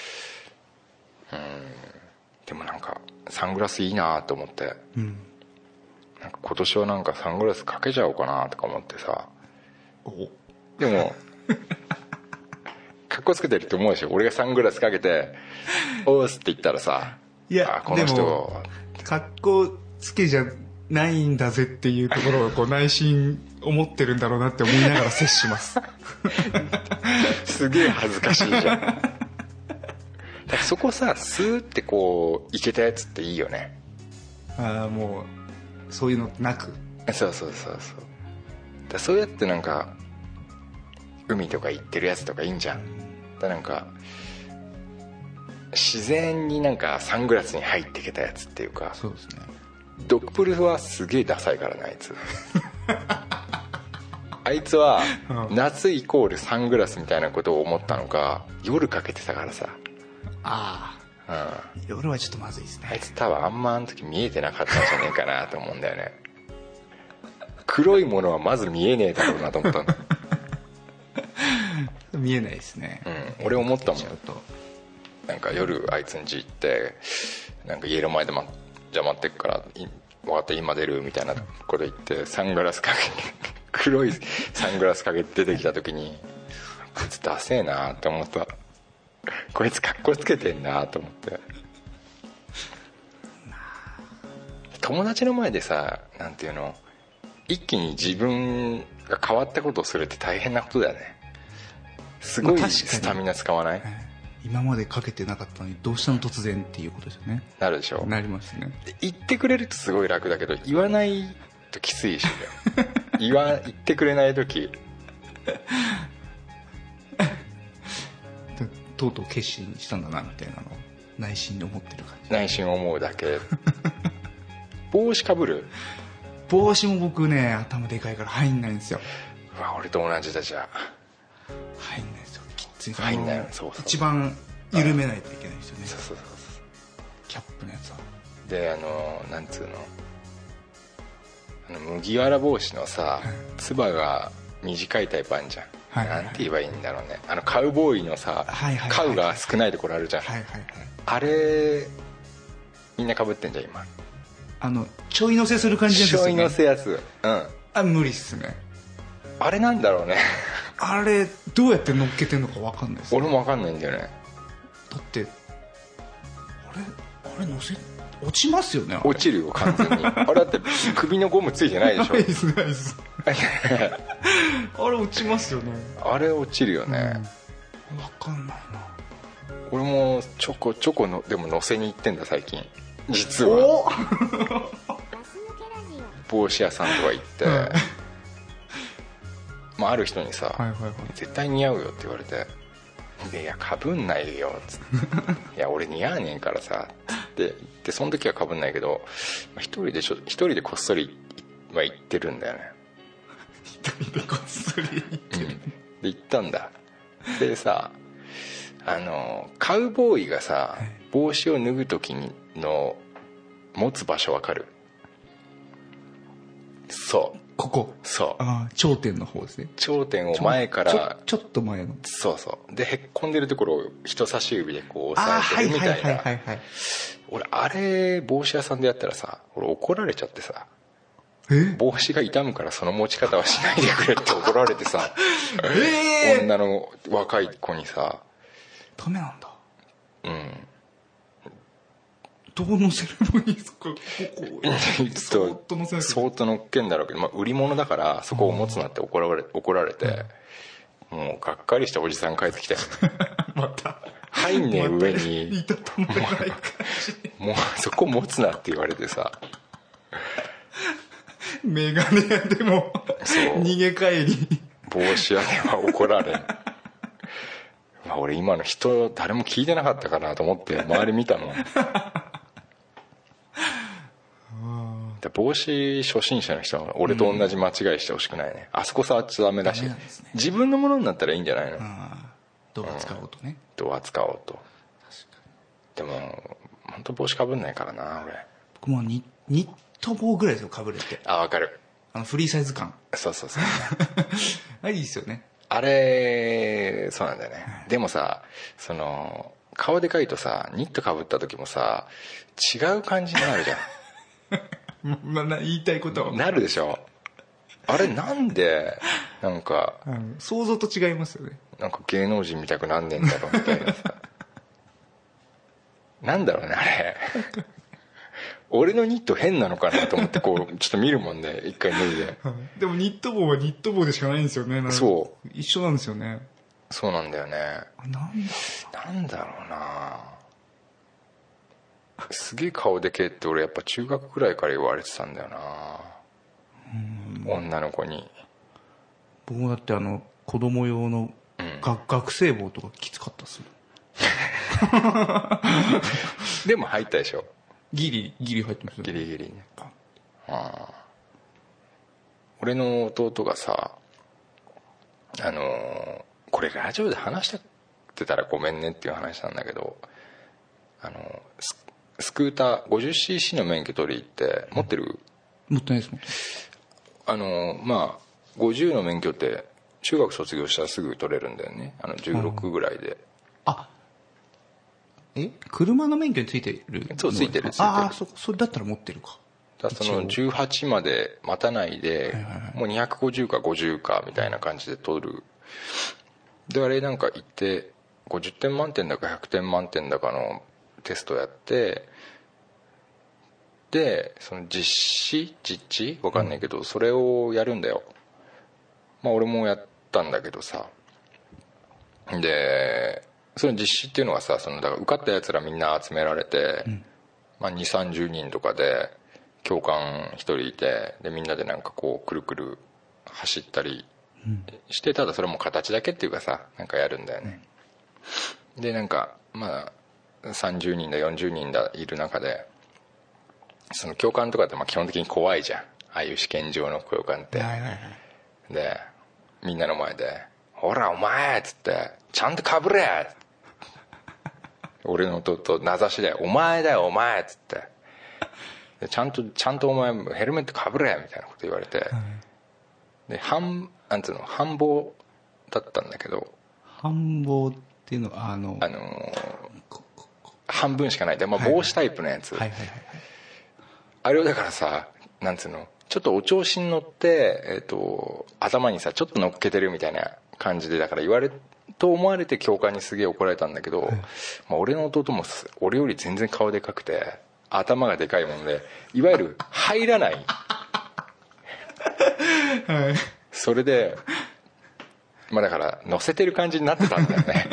でもなんかサングラスいいなと思って、なんか今年はなんかサングラスかけちゃおうかなとか思ってさ。でもかっこつけてるって思うでしょ。俺がサングラスかけておーすって言ったらさ、 いやこの人でもかっこつけじゃないんだぜっていうところをこう内心思ってるんだろうなって思いながら接しますすげえ恥ずかしいじゃんだからそこさスーってこういけたやつっていいよね。 ああ、もうそういうのなく、 そうだそうやってなんか海とか行ってるやつとかいいんじゃん。だなんか自然になんかサングラスに入っていけたやつっていうか。 そうですね。 ドップルはすげえダサいからねあいつあいつは夏イコールサングラスみたいなことを思ったのか夜かけてたからさ。 ああ、夜はちょっとまずいですね。 あいつ多分あんまあの時見えてなかったんじゃねえかなと思うんだよね黒いものはまず見えねえだろうなと思ったんだ見えないですね。 俺思ったもん。なんか夜あいつん家行ってなんか家の前で邪魔ってっから分かった今出るみたいなこと言ってサングラスかけ黒いサングラスかけて出てきた時にこいつダセえなって思った。こいつかっこつけてんなと思って。友達の前でさなんていうの一気に自分が変わったことをするって大変なことだよね。すごいスタミナ使わない？ 今までかけてなかったのにどうしたの突然っていうことですよね。 なるでしょ。 なりますね。 言ってくれるとすごい楽だけど言わないときついし言ってくれないときとうとう決心したんだなみたいなのを内心で思ってる感じ。 内心思うだけ帽子かぶる？ 帽子も僕ね頭でかいから入んないんですよ。 うわ俺と同じだ。じゃあ入んないですよ。きつい。 入んないよ。そう一番緩めないといけないですよね。 そうキャップのやつは。 でなんつうの麦わら帽子のさつばが短いタイプあるじゃん。なんて言えばいいんだろうね。カウボーイのさ、カウが少ないところあるじゃん。あれみんなかぶってんじゃん今。 ちょい乗せする感じですよね。 ちょい乗せやつ、 無理っすね。 あれなんだろうね。 あれどうやって乗っけてんのか分かんないです、ね、 俺も分かんないんだよね。 だってあれ乗せ落ちますよね。 落ちるよ完全に。あれだって首のゴムついてないでしょ。 ないですないですあれ落ちますよね。 あれ落ちるよね、 分かんないな。 俺もちょこちょこのでも乗せに行ってんだ最近実は。帽子屋さんとか行って、まあ、ある人にさ、 はいはいはい、 絶対似合うよって言われて、いやかぶんないよっつっていや俺似合わねえからさっつって言ってその時はかぶんないけど一人でこっそりは行ってるんだよね。 一人でこっそり行ってる、 で行ったんだ。でさカウボーイがさ帽子を脱ぐ時の持つ場所わかる？そうここ、 そう頂点の方ですね。 頂点を前からちょっと前の、 そうそうでへっこんでるところを人差し指でこう押さえてるみたいな。俺あれ帽子屋さんでやったらさ俺怒られちゃってさ、帽子が傷むからその持ち方はしないでくれって怒られてさ女の若い子にさダメなんだ。 うんどう乗せればいいですか？こそーっと乗っけんだろうけど、まあ、売り物だからそこを持つなって怒られて、もうがっかりしたおじさん帰ってきてまた入んねえ上にいたともない感じもうそこ持つなって言われてさメガネ屋でも逃げ帰り帽子屋では怒られんまあ俺今の人誰も聞いてなかったかなと思って周り見たもん帽子初心者の人は俺と同じ間違いしてほしくないね、あそこ触っちゃダメだし、ね、自分のものになったらいいんじゃないの？ どう扱おうとね、 どう扱おうと。でも本当帽子かぶんないからな俺。 僕もニット帽ぐらいですよかぶれて。 分かる、 フリーサイズ感。 そうあれいいですよね。 あれそうなんだよね、でもさその顔でかいとさニットかぶった時もさ違う感じになるじゃんまあ、言いたいことはなるでしょ。あれなんでなんか、 想像と違いますよね。 なんか芸能人見たくなんねえんだろうみたいなさなんだろうねあれ俺のニット変なのかなと思ってこうちょっと見るもんね一回脱いででもニット帽はニット帽でしかないんですよね。 そう一緒なんですよね。 そうなんだよね。 なんだろうなすげえ顔でけえって俺やっぱ中学くらいから言われてたんだよな、女の子に。 僕もだって子供用の、学生帽とかきつかったっすもんでも入ったでしょ。ギリ入ってますよね。ギリね。俺の弟がさこれラジオで話してたらごめんねっていう話なんだけどスクーター 50cc の免許取りって持ってる？ 持ってないですもん。 まあ50の免許って中学卒業したらすぐ取れるんだよね。16ぐらいで。 車の免許についてる？ そうついてる。 それだったら持ってるか。 だその18まで待たないで、もう250か50かみたいな感じで取る。であれなんか行って50点満点だか100点満点だかのテストやって、でその実地わかんないけど、それをやるんだよ。まあ俺もやったんだけどさ、でその実施っていうのはさ、だから受かったやつらみんな集められて、まあ、2,30 人とかで教官1人いて、でみんなでなんかこうくるくる走ったりして、ただそれも形だけっていうかさ、なんかやるんだよね。でなんかまあ30人だ40人だいる中で、その教官とかってまあ基本的に怖いじゃん、ああいう試験場の教官って。でみんなの前で「ほらお前」っつって「ちゃんとかぶれ!」俺の弟名指しで「お前だよお前」っつってでちゃんとお前ヘルメットかぶれみたいなこと言われて、でなんつうの繁忙だったんだけど、 繁忙っていうのは半分しかないで、まあ、帽子タイプのやつ、 あれをだからさ、なんつうの、ちょっとお調子に乗って、頭にさちょっと乗っけてるみたいな感じで、だから言われと思われて教官にすげえ怒られたんだけど、まあ、俺の弟も俺より全然顔でかくて頭がでかいもんで、いわゆる入らない、はい、それでまあだから乗せてる感じになってたんだよね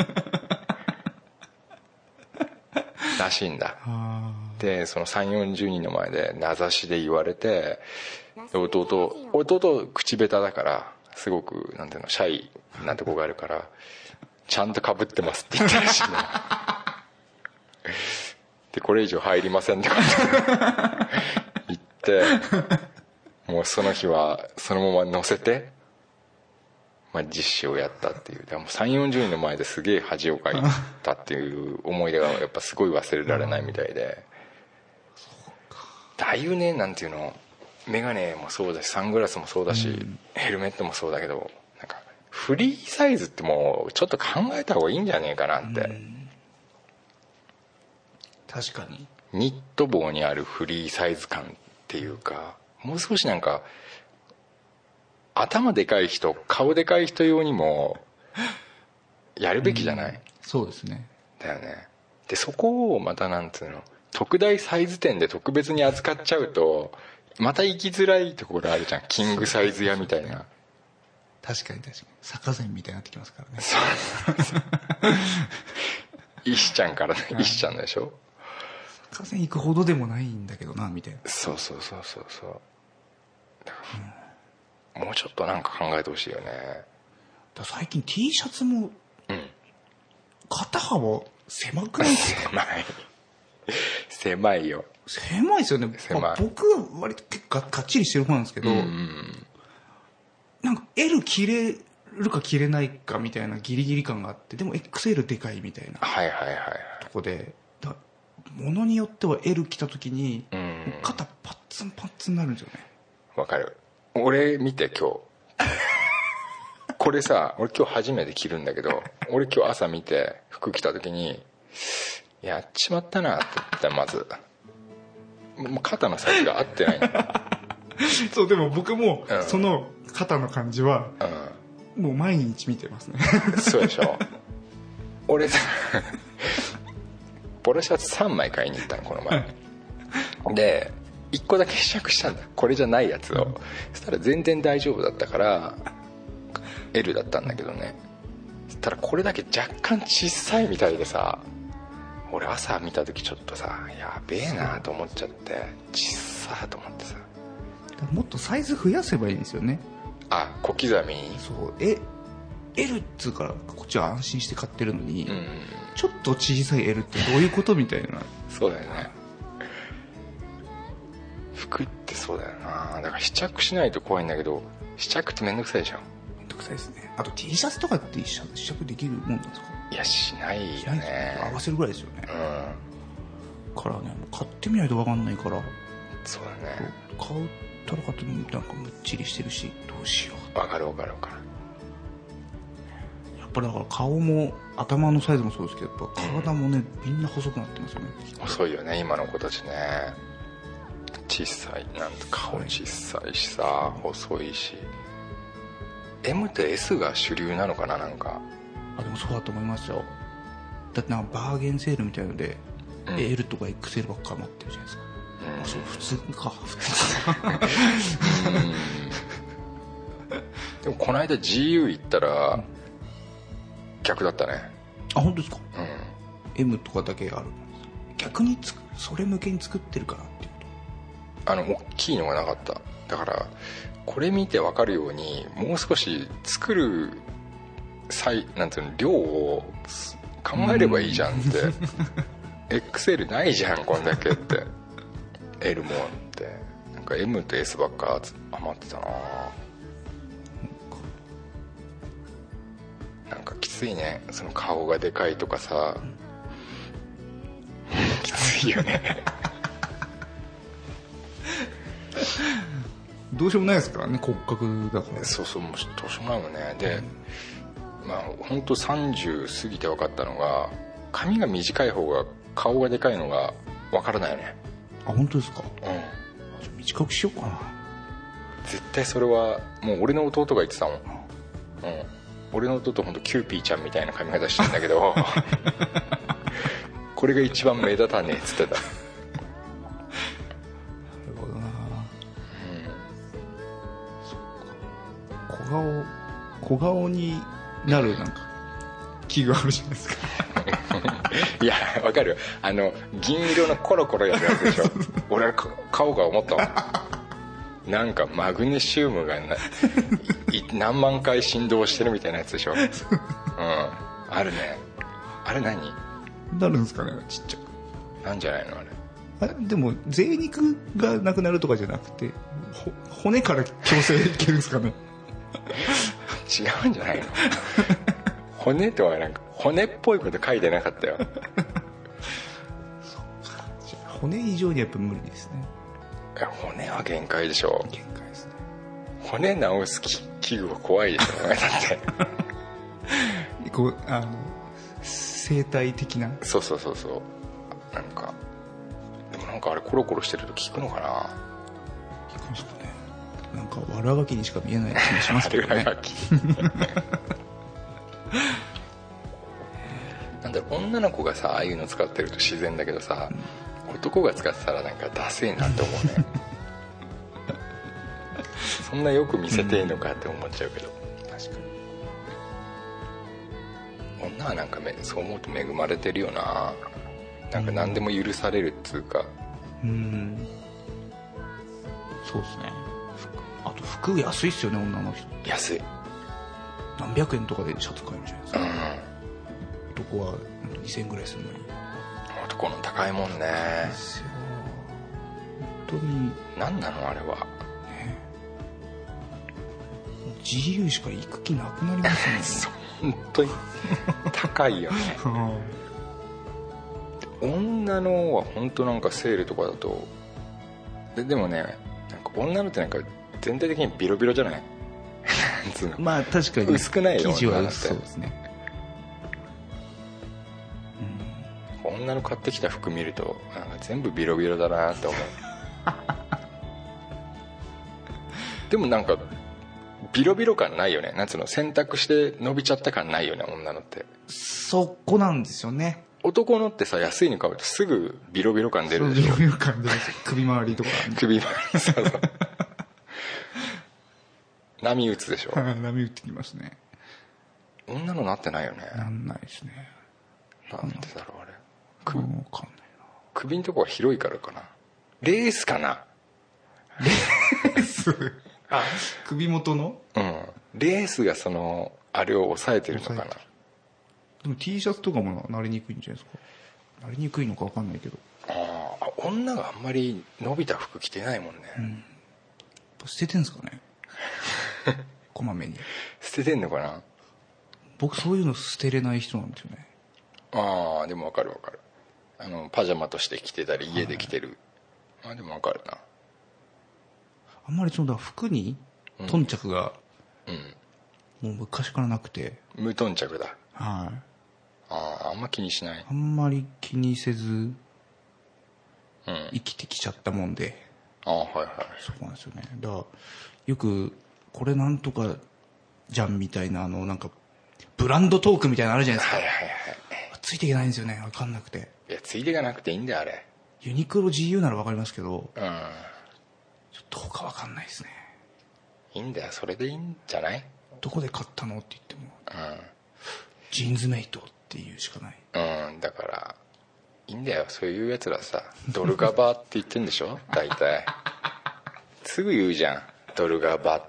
らしいんだ。でその3、40人の前で名指しで言われて、弟口下手だからすごくなんていうの、シャイなとこがあるからちゃんと被ってますって言ったらしいのでこれ以上入りませんって言ってもうその日はそのまま乗せて、まあ、実施をやったっていう。でも3、40人の前ですげえ恥をかいたっていう思い出がやっぱすごい忘れられないみたいで、ああいうね、なんていうの、メガネもそうだしサングラスもそうだし、ヘルメットもそうだけど、なんかフリーサイズってもうちょっと考えた方がいいんじゃねえかなって。 確かにニット帽にあるフリーサイズ感っていうか、もう少しなんか頭でかい人、顔でかい人用にもやるべきじゃない？ そうですね。 だよね。でそこをまたなんつうの、特大サイズ店で特別に扱っちゃうとまた行きづらいところあるじゃん。キングサイズ屋みたいな。 確かに坂膳みたいになってきますからね。 そう石ちゃんからね、石ちゃんでしょ。 坂膳行くほどでもないんだけどなみたいな。 そうだから、もうちょっとなんか考えてほしいよね。 だ最近 T シャツも、肩幅狭くないですか？ 狭いよ。 狭いですよね。まあ、僕は割と結構がっちりしてる方なんですけど、なんか L 着れるか着れないかみたいなギリギリ感があって、でも XL でかいみたいなとこで、ものによっては L 着た時に肩パッツンパッツンになるんですよね。 わかる。俺見て今日これさ、俺今日初めて着るんだけど、俺今日朝見て服着た時にやっちまったなって言った。まずもう肩のサイズが合ってないそう、でも僕もその肩の感じはもう毎日見てますねそうでしょ。俺さポロシャツ3枚買いに行ったのこの前で1個だけ試着したんだ、これじゃないやつを。そしたら全然大丈夫だったから L だったんだけどね。そしたらこれだけ若干小さいみたいでさ、俺朝見た時ちょっとさ、やべえなと思っちゃって、小さーと思ってさ。 もっとサイズ増やせばいいんですよね。 あ、小刻みに。 そう、L っつうからこっちは安心して買ってるのに、ちょっと小さい L ってどういうことみたいな。 そうだよね。服ってそうだよな。だから試着しないと怖いんだけど、試着ってめんどくさいでしょ。 めんどくさいですね。あと T シャツとかって試着できるもんなんですか？ いや、しないよね。 合わせるぐらいですよね。からね、もう買ってみないと分かんないから。 そうだね。 買ったら買ってもなんかむっちりしてるし、どうしよう。 分かる。やっぱりだから顔も頭のサイズもそうですけど、やっぱ体もね、みんな細くなってますよね。 細いよね今の子たちね。小さい、なんて顔小さいしさ、細いし。M と S が主流なのかな、なんか。 あ、でもそうだと思いますよ。だってなんかバーゲンセールみたいので、L とか XL ばっか持ってるじゃないですか。そう、普通かでもこの間 GU 行ったら逆だったね。 あ、本当ですか？M とかだけある。逆にそれ向けに作ってるからっていうこと？大きいのがなかった。だからこれ見て分かるように、もう少し作るなんていうの、量を考えればいいじゃんってXL ないじゃんこんだけって。L もあって、なんか M と S ばっか余ってたな。なんかきついね、その顔がでかいとかさ、きついよねどうしようもないですからね、骨格だから。 そう、もうどうしようもないもんね。で、まあ本当30過ぎて分かったのが、髪が短い方が顔がでかいのが分からないよね。 あ、本当ですか？ 短くしようかな。 絶対それはもう俺の弟が言ってたもん、俺の弟ほんとキューピーちゃんみたいな髪型してんだけどこれが一番目立たねえっつってた。 なるほどな。小顔になるなんか器具あるじゃないですかいやわかるよ、銀色のコロコロやるやつでしょ俺は顔が思ったもんなんかマグネシウムが何万回振動してるみたいなやつでしょあるね。あれ何なるんですかね、ちっちゃくなんじゃないのあれ。 でも贅肉がなくなるとかじゃなくて骨から矯正いけるんですかね違うんじゃないの骨とはなんか骨っぽいこと書いてなかったよ骨以上にやっぱ無理ですね。 骨は限界でしょ。 限界ですね。 骨直す器具は怖いでしょだってこう生態的な。 そうなんかでもなんかあれコロコロしてると効くのかな。 効くんですかね。なんか悪あがきにしか見えない気がしますけどね悪あがきなんだろう、女の子がさああいうの使ってると自然だけどさ、男が使ってたらなんかダセえなって思うねそんなよく見せていいのかって思っちゃうけど、確かに女はなんかそう思うと恵まれてるよな。なんか何でも許されるっつうか。 そうですね。あと服安いっすよね、女の人。 安い。 何百円とかでシャツ買えるじゃないですか。男は2000円ぐらいするのに。 男の高いもんね。 ですよ。本当に。 何なのあれは。 ね。自由しか行く気なくなりますね。本当に高いよね。女のは本当なんかセールとかだとでもね、なんか女のってなんか全体的にビロビロじゃないまあ確かに薄くないよ生地は薄そうですね。 女の買ってきた服見るとなんか全部ビロビロだなって思うでもなんかビロビロ感ないよね。なんつうの、洗濯して伸びちゃった感ないよね、女のって。 そこなんですよね。 男のってさ、安いの買うとすぐビロビロ感出るでしょ。 ビロビロ感出る。首周りとか、ね、 首周りそう波打つでしょ。 波打ってきますね。 女のなってないよね。 なんないですね。 なんでだろうあれ。 分かんないな。 首のとこは広いからかな。レースかな。 レース首元のレースがそのあれを抑えてるのかな。 でも T シャツとかもなりにくいんじゃないですか。なりにくいのか分かんないけど。 女があんまり伸びた服着てないもんね。 捨ててんすかねこまめに捨ててんのかな。 僕そういうの捨てれない人なんですよね。 でも分かる分かる。パジャマとして着てたり家で着てる、でも分かるな。 あんまりその服に頓着がもう昔からなくて、 無頓着だ。 はい。 あんま気にしない。 あんまり気にせず生きてきちゃったもんで。 はいはい。 そうなんですよね。だからよくこれなんとかじゃんみたいななんかブランドトークみたいなのあるじゃないですか。はいはいはい。ついていけないんですよね、分かんなくて。 いや、ついていかなくていいんだよあれ。 ユニクロ GU なら分かりますけど、ちょっとどうか分かんないですね。 いいんだよ、それでいいんじゃない。 どこで買ったのって言っても、ジーンズメイトっていうしかない。 だからいいんだよ、そういうやつらさ、ドルガバって言ってんでしょ大体すぐ言うじゃん、ドルガバって。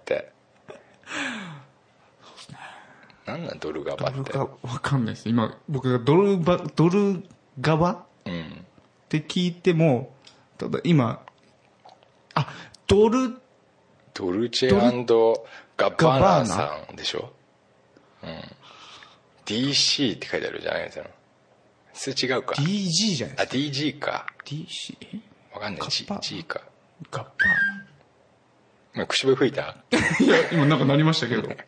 そうですね。なんなんドルガバって。 分かんないです。今僕がドルガバって聞いても、ただ今ドルチェガバーナさんでしょ。DC って書いてあるじゃないですか。それ違うか。 DG じゃないですか。 DG か。 DC わかんない。 G か。 ガッパーナ。口笛吹いたいや今なんかなりましたけどガッ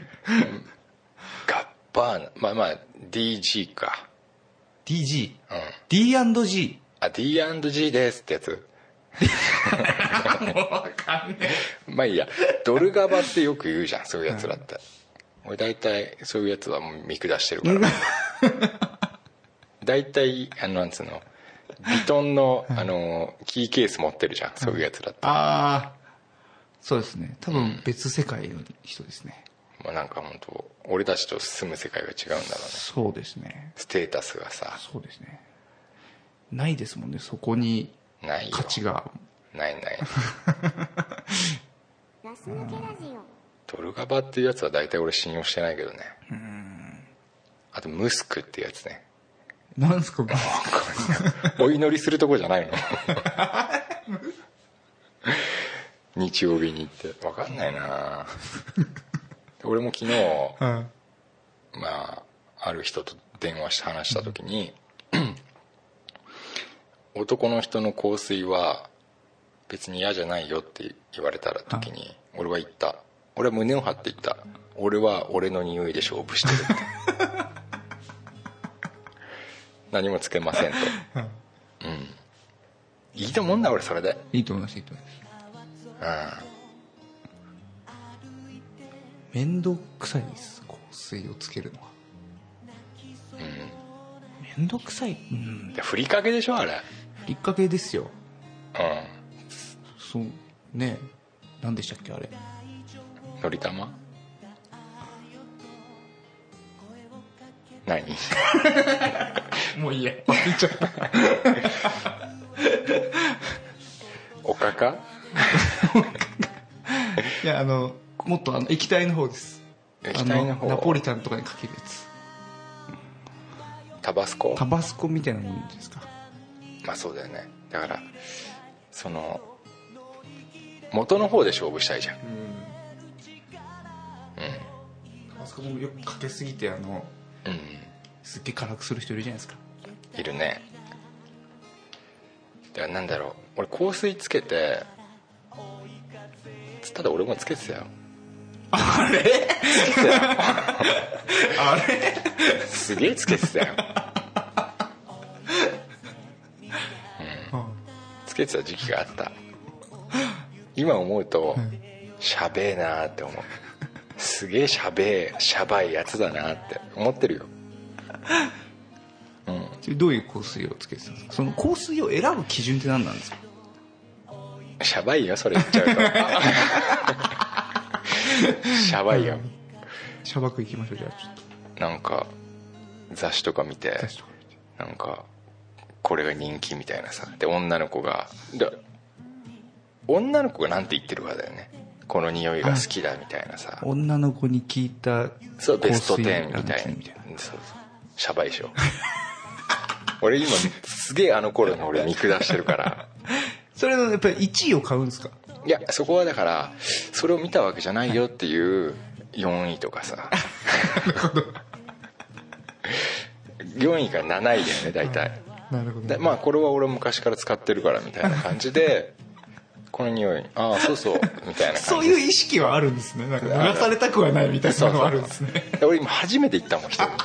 パーナ、まあ DG か。 DG、D&G。 D&G ですってやつまあいいや、ドルガバってよく言うじゃん、そういうやつらって。俺大体そういうやつはもう見下してるから大体なんつうの、ビトンのキーケース持ってるじゃん、そういうやつらって。 ああ、そうですね。多分別世界の人ですね。 まあなんか本当俺たちと住む世界が違うんだろうね。 そうですね。 ステータスがさ。 そうですね。ないですもんね、そこにないよ。 価値が。 ないドルガバっていうやつは大体俺信用してないけどね。あとムスクっていうやつね。 なんすかお祈りするとこじゃないの日曜日に行って分かんないな俺も昨日、まあある人と電話して話した時に男の人の香水は別に嫌じゃないよって言われた時に俺は言った。俺は胸を張って言った。俺は俺の匂いで勝負してるって何もつけませんと。いいと思うんだ俺それで。 いいと思います、いいと思います。面倒くさいです、香水をつけるのは。面倒くさい。 ふりかけでしょあれ。 ふりかけですよ。そうね。何でしたっけあれ。 のり玉。何もういいや、忘れちゃったおかかいやもっと液体の方です。 液体の方。 ナポリタンとかにかけるやつ。 タバスコ。 タバスコみたいなもんですか。 まあそうだよね。だからその元の方で勝負したいじゃん。 タバスコもよくかけすぎてすっげえ辛くする人いるじゃないですか。 いるね。だからなんだろう、俺香水つけてつったら俺もつけてたよ。 あれつけてたよあれすげえつけてたよつけてた時期があった。今思うとしゃべえなーって思う。すげえしゃばいやつだなって思ってるよ。 どういう香水をつけてたんですか。その香水を選ぶ基準って何なんですか。 しゃばいよそれ言っちゃうとしゃばいよ。 しゃばくいきましょう。じゃあちょっとなんか雑誌とか見てなんかこれが人気みたいなさ。で女の子がなんて言ってるかだよね。この匂いが好きだみたいなさ。 女の子に聞いたそうベスト10みたいな。そうしゃばいでしょ俺今すげえあの頃の俺見下してるからそれのやっぱり1位を買うんですか。 いやそこはだからそれを見たわけじゃないよっていう4位とかさ4位から7位だよね大体。 なるほど。 まあこれは俺昔から使ってるからみたいな感じでこの匂いああそうみたいな感じそういう意識はあるんですね。なんか流されたくはないみたいなのがあるんですね。 俺今初めて行ったもん一人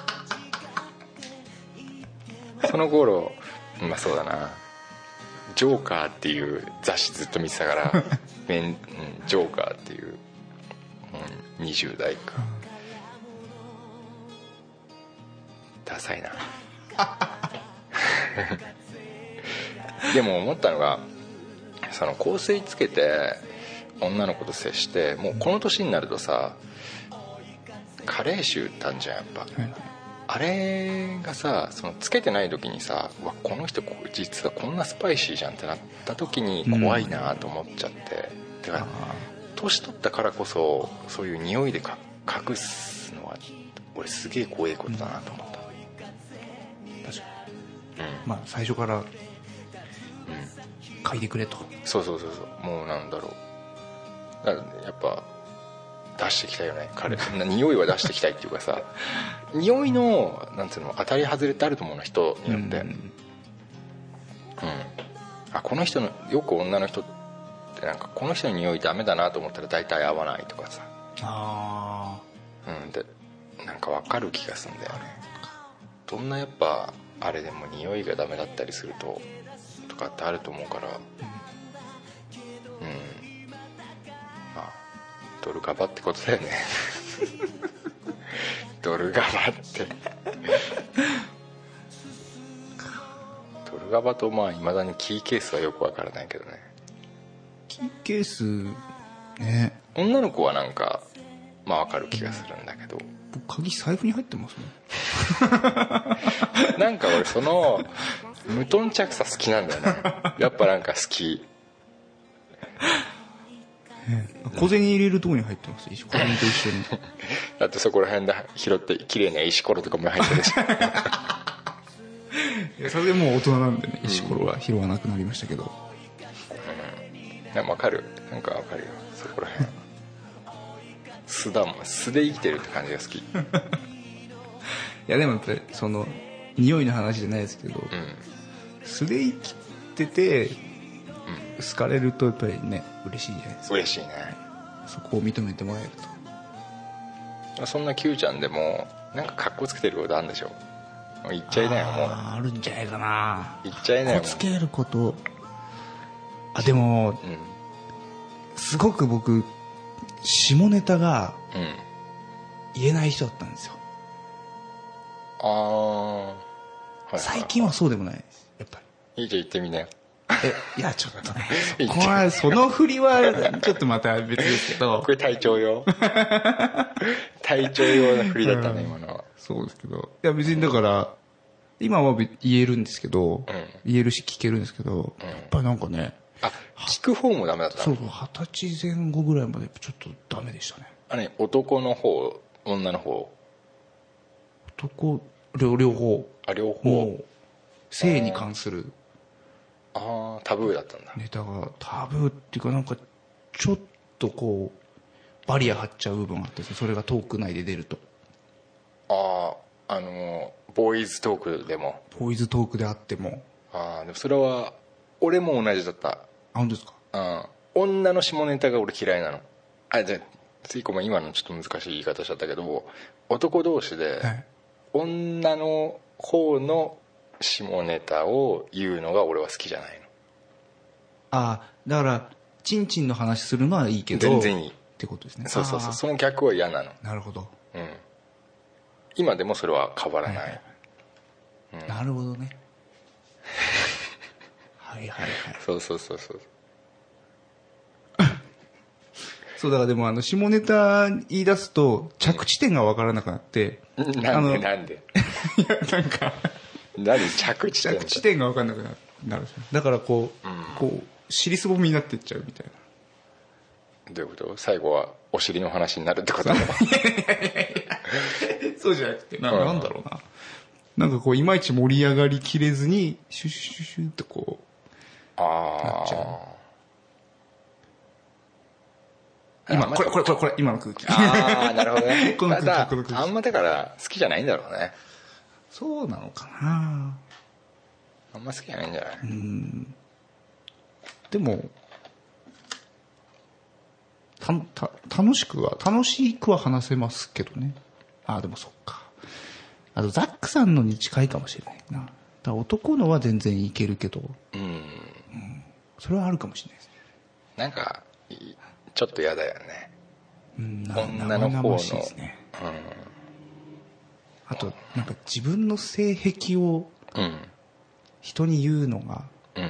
その頃まあそうだなジョーカーっていう雑誌ずっと見てたからジョーカーっていう、20代かダサいなでも思ったのがその香水つけて女の子と接してもうこの年になるとさ加齢臭ったんじゃんやっぱ、あれがさそのつけてない時にさうわこの人実はこんなスパイシーじゃんってなった時に怖いなと思っちゃって、だから年取ったからこそそういう匂いで隠すのは俺すげえ怖いことだなと思った。 確かに、まあ最初から嗅いでくれと。そうもうなんだろうだからやっぱ出していきたいよね匂いは出していきたいっていうかさ匂いのなんつうの当たり外れってあると思うの人によってあこの人のよく女の人ってなんかこの人の匂いダメだなと思ったら大体合わないとかさでなんか分かる気がするんだよね。どんなやっぱあれでも匂いがダメだったりするとかってあると思うから、 ドルガバってことだよねドルガバってドルガバとまあいまだにキーケースはよくわからないけどね。 キーケースね、 女の子はなんかまあわかる気がするんだけど、 僕鍵財布に入ってますねなんか俺その無頓着さ好きなんだよねやっぱなんか好き。 小銭入れるとこに入ってます、小銭と一緒にだってそこら辺で拾って綺麗な石ころとかも入ってるしいやそれでもう大人なんでね、石ころは拾わなくなりましたけど、 なんかわかる、なんかわかるよそこら辺素だもん、素で生きてるって感じが好きいやでもやっぱりその匂いの話じゃないですけど、素で生きてて好かれるとやっぱりね嬉しいじゃないですか。 嬉しいね、 そこを認めてもらえると。 そんな Q ちゃんでもなんかカッコつけてることあるんでしょ。言っちゃいなよもう。 あるんじゃないかな。 言っちゃいなよもう。 カッコつけること、でも、すごく僕下ネタが言えない人だったんですよ。 はいはい、 最近はそうでもないです、やっぱり。いいじゃん言ってみなよ。 いやちょっとねその振りはちょっとまた別ですけどこれ体調用体調用の振りだったね、今のは。 そうですけど、いや別にだから今は言えるんですけど、言えるし聞けるんですけど、やっぱりなんかね、 聞く方もダメだったの。 そう、20歳前後ぐらいまでちょっとダメでしたね。 男の方女の方、 男両方。 両方。 もう性に関するタブーだったんだ。 ネタがタブーっていうか、なんかちょっとこうバリア張っちゃう部分があって、それがトーク内で出ると。 ボーイズトークでも。 ボーイズトークであっても。 でもそれは俺も同じだった。 本当ですか。 女の下ネタが俺嫌いなの。じゃあ次今のちょっと難しい言い方しちゃったけど、男同士で女の方の下ネタを言うのが俺は好きじゃないの。 だからチンチンの話するのはいいけど全然いいってことですね。 そうその逆は嫌なの。 なるほど。 今でもそれは変わらない、 なるほどねはいそうそうだから、でも下ネタ言い出すと着地点が分からなくなって、 なんでいやなんか着地点が分からなくなる。だからこう尻すぼみになっていっちゃうみたいな。 どういうこと？最後はお尻の話になるってことなの？ そうじゃなくて、なんだろうな、なんかこういまいち盛り上がりきれずにシュシュシュシュッとこうなっちゃう。今これ今の空気。 なるほどね。 この空気あんまだから好きじゃないんだろうね。 そうなのかな。 あんま好きじゃないんじゃない？ でも楽しくは話せますけどね。でもそっか。ザックさんのに近いかもしれないな。だから男のは全然いけるけど、それはあるかもしれないですね。 なんかちょっと嫌だよね。女の方の生々しいですね。あとなんか自分の性癖を人に言うのが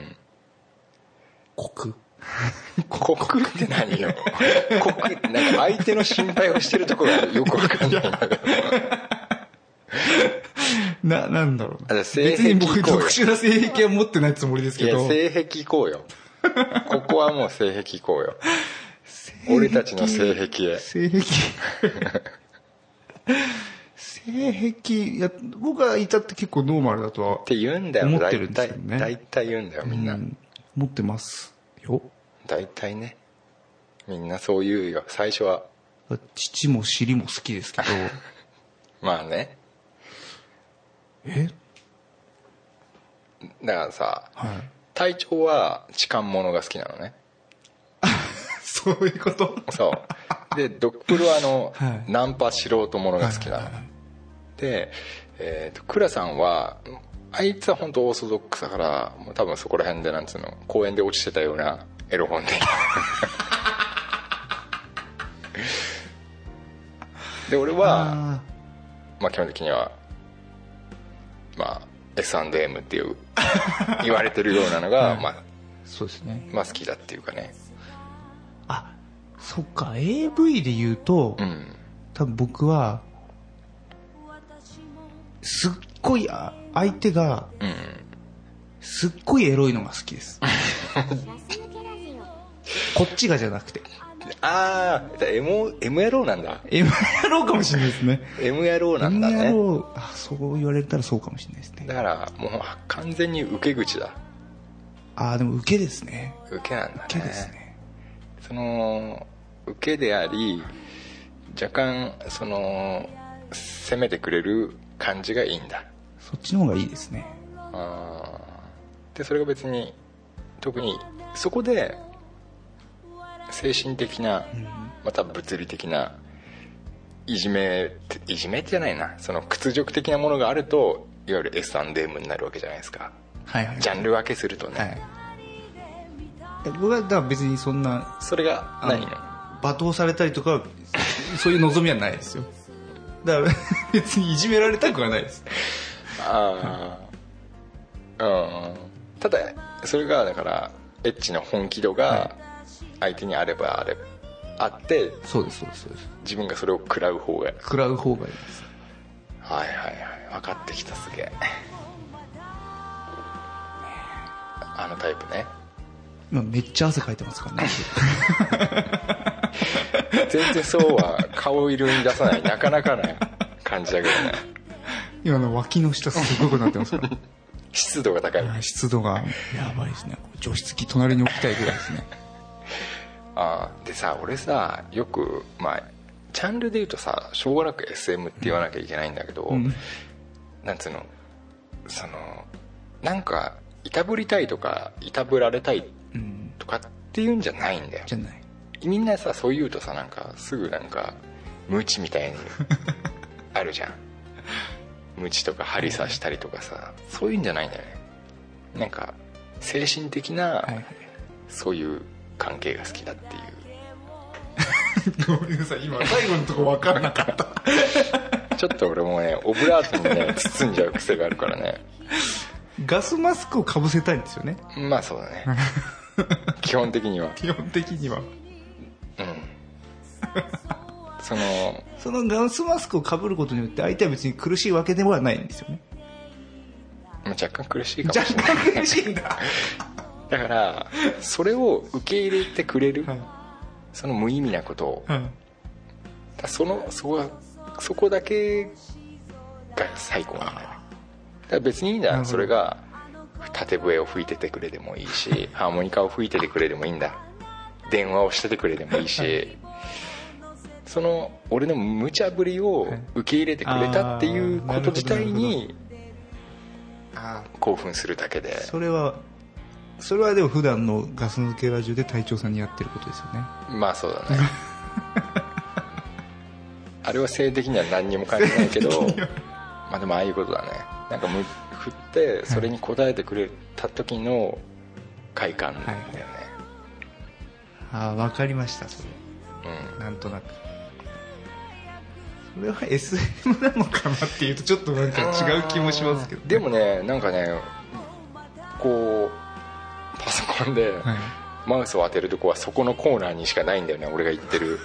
酷って何よ。酷ってなんか相手の心配をしてるところがよくわかんないんだけどなんだろうな。 別に僕特殊な性癖は持ってないつもりですけど。 いや性癖行こうよ。ここはもう性癖行こうよ。俺たちの性癖へ。 性癖、いや僕がいたって結構ノーマルだとはって言うんだよ。 思ってるんですけどね。 大体言うんだよみんな。 持ってますよ。 大体ね。みんなそう言うよ最初は。 父も尻も好きですけど。 まあね。だからさ、隊長は痴漢者が好きなのね。 そういうこと。 そうでドップルはナンパ素人者が好きなの。で倉さんはあいつは本当オーソドックスだから、もう多分そこら辺でなんつうの公園で落ちてたようなエロ本でで俺はまあ基本的にはまあ S&M っていう言われてるようなのが、まあそうですね、 まあ好きだっていうかね。 あ、そっか、 AV で言うと、多分僕はすっごい相手がすっごいエロいのが好きですこっちがじゃなくて。 ああ、M 野郎なんだ。 M 野郎かもしれないですね。 M 野郎なんだね。 M 野郎、そう言われたらそうかもしれないですね。 だからもう完全に受け口だ。 でも受けですね。 受けなんだね。 受けですね。 その受けであり若干その攻めてくれる感じがいいんだ。 そっちの方がいいですね。 でそれが別に特にそこで精神的な、また物理的ないじめじゃないな、その屈辱的なものがあるといわゆる S&M になるわけじゃないですか。 はいはい、 ジャンル分けするとね、 はい、僕はだから別にそんなそれがないの。 罵倒されたりとかそういう望みはないですよ。だから別にいじめられたくはないです。 ただそれがだからエッチの本気度が相手にあればあって、 そうですそうですそうです。 自分がそれを食らう方がいいです。はいはいはい、分かってきた。すげえ、あのタイプね。 今めっちゃ汗かいてますからね全然そうは顔色に出さないなかなかな感じだけどね。 今の脇の下すごくなってますから湿度が高い。 湿度がやばいですね。除湿機隣に置きたいぐらいですねでさ、俺さよくまあジャンルで言うとさしょうがなく SM って言わなきゃいけないんだけど、なんつうの、そのなんかいたぶりたいとかいたぶられたいとかっていうんじゃないんだよ。 じゃない。 みんなさそう言うとさ、なんかすぐなんかムチみたいにあるじゃんムチとか針刺したりとかさ、そういうんじゃないんだよね。なんか精神的な、そういう関係が好きだっていうごめんなさい、今最後のとこ分からなかったちょっと俺もねオブラートにね包んじゃう癖があるからね。 ガスマスクをかぶせたいんですよね。 まあそうだね基本的にはそのガスマスクをかぶることによって相手は別に苦しいわけではないんですよね。 若干苦しいかもしれない。 若干苦しいんだだからそれを受け入れてくれる、その無意味なことを、そこだけが最高なんだよね。だから別にいいんだよ、それが縦笛を吹いててくれでもいいしハーモニカを吹いててくれでもいいんだ、電話をしててくれでもいいし、その俺の無茶ぶりを受け入れてくれたっていうこと自体に興奮するだけで、 それはでも普段のガス抜けラジオで隊長さんにやってることですよね。 まあそうだねあれは性的には何にも感じないけどまあでもああいうことだね。なんか振ってそれに応えてくれた時の快感だよね。 分かりましたそれ、なんとなく。それは SM なのかなっていうとちょっとなんか違う気もしますけど、 でもね、なんかねこうパソコンでマウスを当てるとこはそこのコーナーにしかないんだよね、俺が言ってる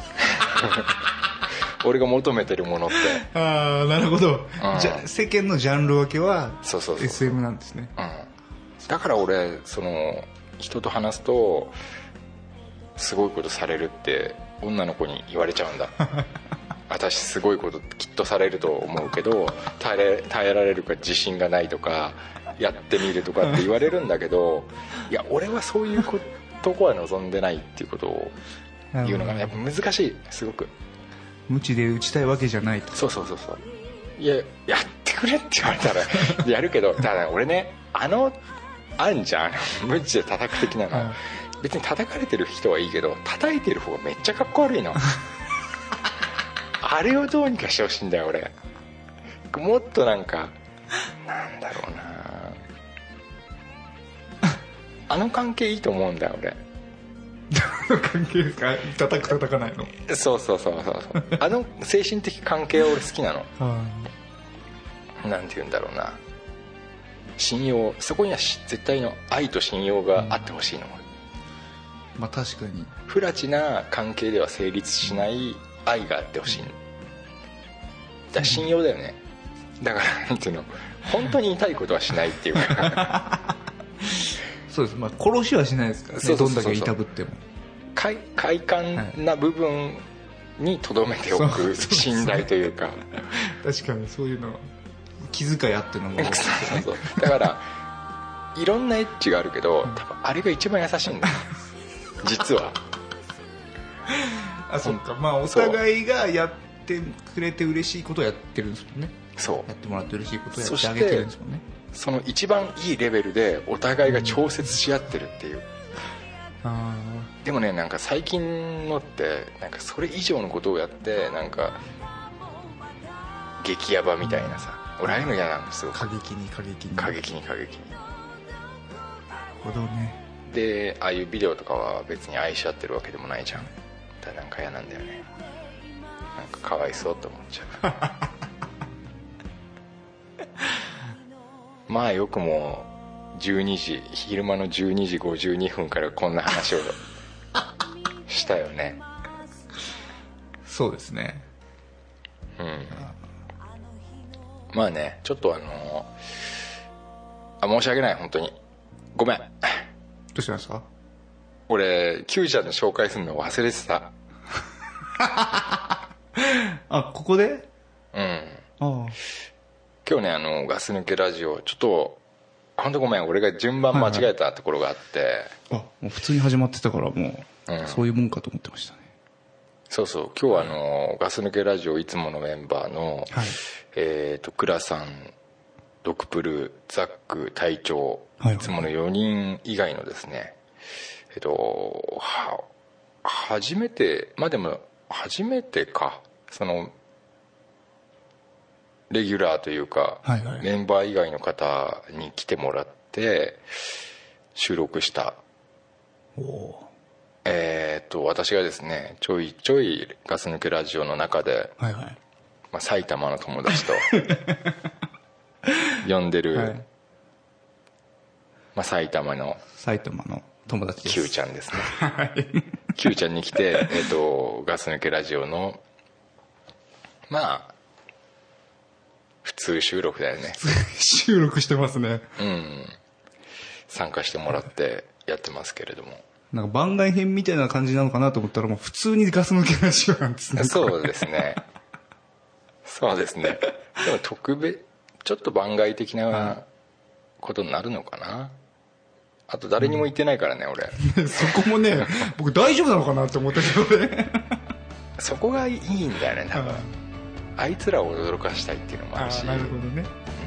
俺が求めてるものって。 なるほど、じゃ世間のジャンル分けは SM なんですね。 だから俺その人と話すとすごいことされるって女の子に言われちゃうんだ私すごいこときっとされると思うけど耐えられるか自信がないとかやってみるとかって言われるんだけどいや俺はそういうとこは望んでないっていうことを言うのがやっぱ難しい。すごく無知で打ちたいわけじゃないと。 そういややってくれって言われたらやるけど、ただ俺ねあんじゃん無知で叩く的なの、別に叩かれてる人はいいけど叩いてる方がめっちゃかっこ悪いのあれをどうにかしてほしいんだよ俺。もっとなんかなんだろうなあの関係いいと思うんだよ俺の関係ですか？叩く叩かないの。 そうあの精神的関係は俺好きなの。なんて言うんだろうな、信用、そこには絶対の愛と信用があってほしいの、 まあ確かに不埒な関係では成立しない愛があってほしいの。だから信用だよね。だからなんていうの、本当に痛いことはしないっていうかそうです、まあ殺しはしないですからね。どんだけいたぶっても快感な部分にとどめておく信頼というか確かにそういうの気遣いあってのもそうだからいろんなエッジがあるけど、多分あれが一番優しいんだよ実は。 あ、そっか、まあお互いがやってくれて嬉しいことをやってるんですもんね。 そうやってもらって嬉しいことをやってあげてるんですもんね。 その一番いいレベルでお互いが調節し合ってるっていう、でもね、なんか最近のってなんかそれ以上のことをやって、なんか激ヤバみたいなさ、俺ああいうの嫌なんですよ。 過激になるほどね。 で、ああいうビデオとかは別に愛し合ってるわけでもないじゃん。だからなんか嫌なんだよね。なんかかわいそうと思っちゃうまあよくも12時、昼間の12時52分からこんな話をしたよね。 そうですね。 まあね、ちょっと申し訳ない、本当にごめん。どうしました？ 俺 Q ちゃんの紹介するの忘れてたあ、ここで？ 今日ね、ガス抜けラジオ、ちょっと本当ごめん、俺が順番間違えたところがあって、 もう普通に始まってたからもう、そういうもんかと思ってましたね。 そう今日はガス抜けラジオいつものメンバーの、クラさん、ドクプル、ザック、隊長、いつもの4人以外のですね、初めて、まあでも初めてか、そのレギュラーというか、メンバー以外の方に来てもらって収録した。私がですね、ちょいちょいガス抜けラジオの中で、まあ、埼玉の友達と呼んでる、まあ、埼玉の友達です。 Q ちゃんですねQ ちゃんに来て、ガス抜けラジオのまあ普通収録だよね収録してますね。 参加してもらってやってますけれども、 なんか番外編みたいな感じなのかなと思ったら、もう普通にガス抜けラジオなんですね。 そうですねでもちょっと番外的なことになるのかな。あと誰にも言ってないからね、俺そこもね僕大丈夫なのかなって思ったけどねそこがいいんだよね、多分。あいつらを驚かしたいっていうのもあるし。 なるほどね。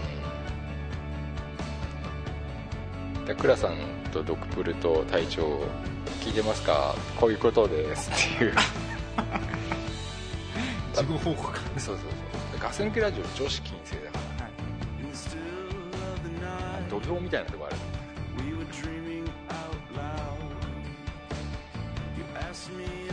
クラさんとドクプルと隊長聞いてますか、こういうことですっていう事後報告。 そうガス抜けラジオ常識金星だから、土俵みたいなとこある。 You asked me